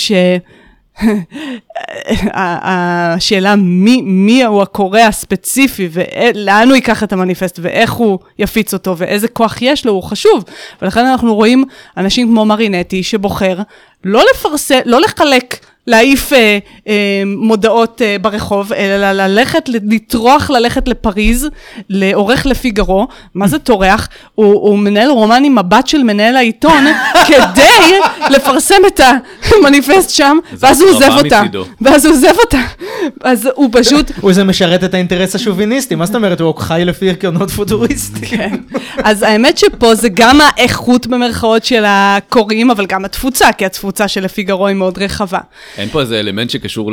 השאלה מי הוא הקורא הספציפי ולאן הוא ייקח את המניפסט ואיך הוא יפיץ אותו ואיזה כוח יש לו הוא חשוב, ולכן אנחנו רואים אנשים כמו מרינטי שבוחר לא לפרסם, לא לחלק, להעיף מודעות ברחוב, אלא לטרוח ללכת לפריז, לעורך לפיגרו. מה זה טורח? הוא מנהל רומן עם מבט של מנהל העיתון, כדי לפרסם את המניפסט שם, ואז הוא עוזב אותה. אז הוא פשוט... הוא זה משרת את האינטרס השוביניסטי, מה זאת אומרת? הוא חי לפי עקרונות פוטוריסטי. כן. אז האמת שפה זה גם האיכות במרכאות של הקוראים, אבל גם התפוצה, כי התפוצה של הפיגרו היא מאוד רחבה. אין פה איזה אלמנט שקשור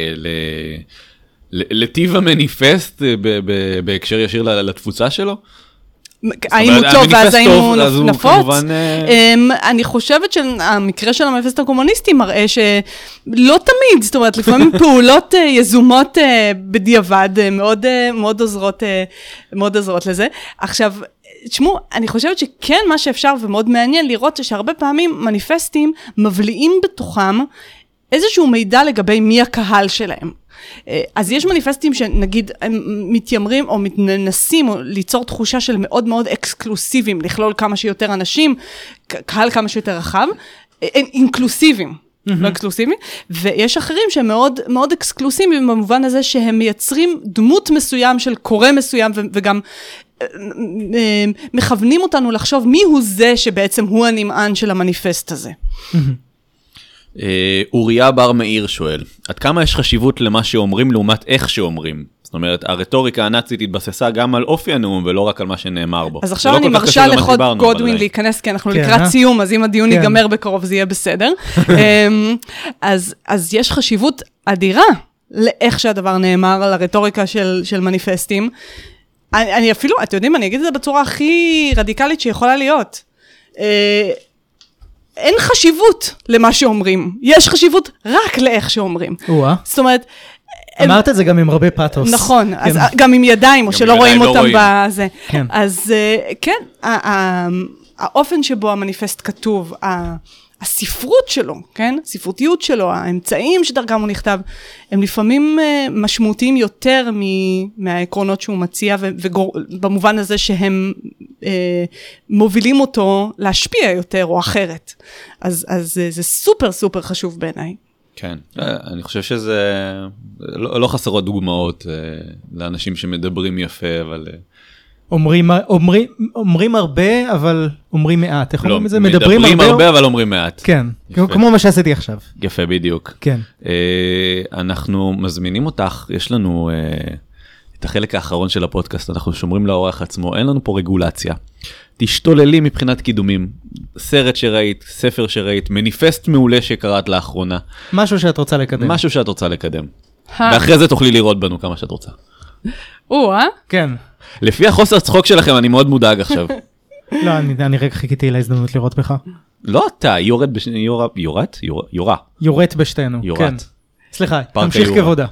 לטיב המניפסט בהקשר ישיר לתפוצה שלו? האם הוא טוב ואז האם הוא נפוץ? אני חושבת שהמקרה של המניפסט הקומוניסטי מראה שלא תמיד, זאת אומרת, לפעמים פעולות יזומות בדיעבד מאוד עוזרות לזה. עכשיו, תשמעו, אני חושבת שכן מה שאפשר ומאוד מעניין לראות שהרבה פעמים מניפסטים מבליעים בתוכם איזשהו מידע לגבי מי הקהל שלהם. אז יש מניפסטים שנגיד מתיימרים או מנסים ליצור תחושה של מאוד מאוד אקסקלוסיביים, לכלול כמה שיותר אנשים, קהל כמה שיותר רחב, אינקלוסיביים, לא אקסקלוסיביים, ויש אחרים שהם מאוד, מאוד אקסקלוסיביים במובן הזה שהם מייצרים דמות מסוים של קורא מסוים וגם מכוונים אותנו לחשוב מי הוא זה שבעצם הוא הנמען של המניפסט הזה. אוריה בר מאיר שואל, עד כמה יש חשיבות למה שאומרים לעומת איך שאומרים? זאת אומרת, הרטוריקה הנאצית התבססה גם על אופי הנאום, ולא רק על מה שנאמר בו. אז עכשיו אני מרשה לחוד גודווין להיכנס, כי אנחנו לקראת סיום, אז אם הדיון ייגמר בקרוב זה יהיה בסדר. אז יש חשיבות אדירה לאיך שהדבר נאמר על הרטוריקה של מניפסטים. אני אפילו, אתם יודעים, אני אגיד את זה בצורה הכי רדיקלית שיכולה להיות. אין חשיבות למה שאומרים. יש חשיבות רק לאיך שאומרים. זאת אומרת, אמרת את זה גם עם הרבה פאטוס. נכון, אז גם עם ידיים, או שלא רואים אותם בזה. אז כן, האופן שבו המניפסט כתוב, הספרות שלו, כן? הספרותיות שלו, האמצעים שדרכם הוא נכתב, הם לפעמים משמעותיים יותר מהעקרונות שהוא מציע, ובמובן הזה שהם מובילים אותו להשפיע יותר או אחרת. אז זה סופר סופר חשוב בעיניי. כן, אני חושב שזה, לא חסרות דוגמאות לאנשים שמדברים יפה, אבל... אומרים הרבה, אבל אומרים מעט. איך אומרים את זה? מדברים הרבה, אבל אומרים מעט. כן, כמו מה שעשיתי עכשיו. יפה, בדיוק. כן. אנחנו מזמינים אותך, יש לנו את החלק האחרון של הפודקאסט, אנחנו שומרים לאורח עצמו, אין לנו פה רגולציה. תשתוללי מבחינת קידומים, סרט שראית, ספר שראית, מניפסט מעולה שקראת לאחרונה. משהו שאת רוצה לקדם. משהו שאת רוצה לקדם. ואחרי זה תוכלי לראות בנו כמה שאת רוצה. כן. לפי החוסר צחוק שלכם, אני מאוד מודאג עכשיו. לא, אני רגע חיכיתי להזדמנות לראות בך. לא אתה, יורת בשתינו. יורת. סליחה, תמשיך כבודה.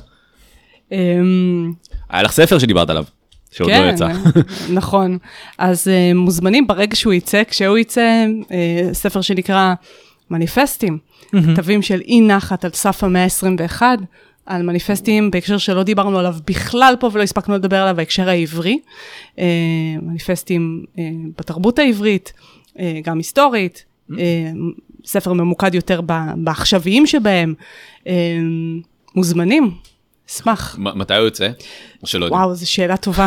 היה לך ספר שדיברת עליו, שעוד לא יצא. נכון. אז מוזמנים ברגע שהוא יצא, כשהוא יצא, ספר שנקרא מניפסטים, כתבים של אי נחת על סף המאה ה-21, על מניפסטים בהקשר שלא דיברנו עליו בכלל פה ולא הספקנו לדבר עליו בהקשר העברי, מניפסטים בתרבות העברית, גם היסטורית, ספר ממוקד יותר בעכשוויים שבהם, מוזמנים, אשמח. מתי הוא יוצא? וואו, זו שאלה טובה.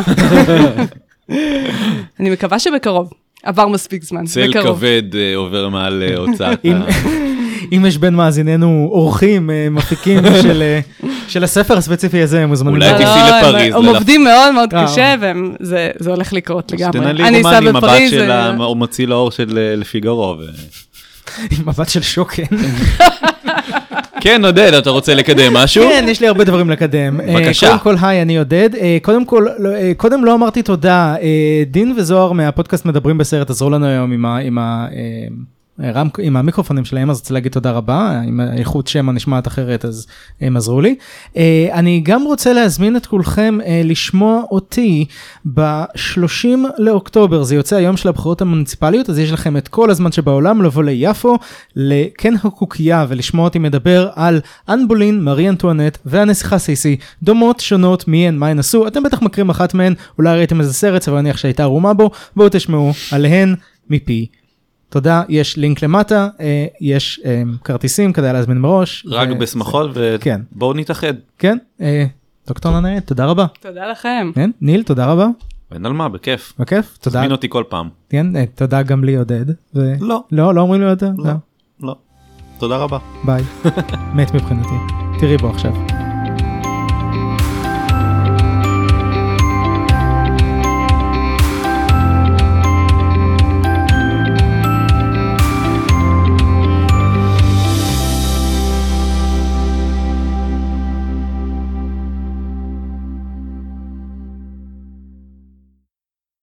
אני מקווה שבקרוב, עבר מספיק זמן. צל כבד עובר מעל הוצאת. אם יש בין מאזיננו אורחים, מפיקים של הספר הספציפי הזה, הם מוזמנים. אולי תפי לפריז. הם עובדים מאוד מאוד קשה, וזה הולך לקרות לגמרי. אני אסע בפריז. מבט של המוציא לאור של לפיגארו. עם מבט של שוקן. כן, עודד, אתה רוצה לקדם משהו? כן, יש לי הרבה דברים לקדם. בבקשה. קודם כל, היי, אני עודד. קודם לא אמרתי תודה. דין וזוהר מהפודקאסט מדברים בסרט, עזרו לנו היום עם המיקרופונים שלהם, אז רוצה להגיד תודה רבה, עם האיכות שמה נשמעת אחרת, אז הם עזרו לי. אני גם רוצה להזמין את כולכם לשמוע אותי ב-30 לאוקטובר, זה יוצא היום של הבחירות המוניציפליות, אז יש לכם את כל הזמן שבעולם לבוא ליפו, לכן הקוקייה, ולשמוע אותי מדבר על אן בולין, מארי אנטואנט והנסיכה סייסי, דומות, שונות, מי הן, מה הן עשו, אתם בטח מכירים אחת מהן, אולי ראיתם איזה סרט, אבל נניח שהייתה רומה בו, בואו תשמעו עליהן מפי. תודה, יש לינק למטה, יש כרטיסים, כדאי להזמין מראש. רק בשמחות, ובואו נתאחד. כן, דוקטור ננאית, תודה רבה. תודה לכם. ניל, תודה רבה. אין על מה, בכיף. בכיף, תודה. תזמין אותי כל פעם. כן, תודה גם לי עודד. לא. לא אומרים לי יותר? לא. תודה רבה. ביי. מת מבחינתי. תראי בו עכשיו.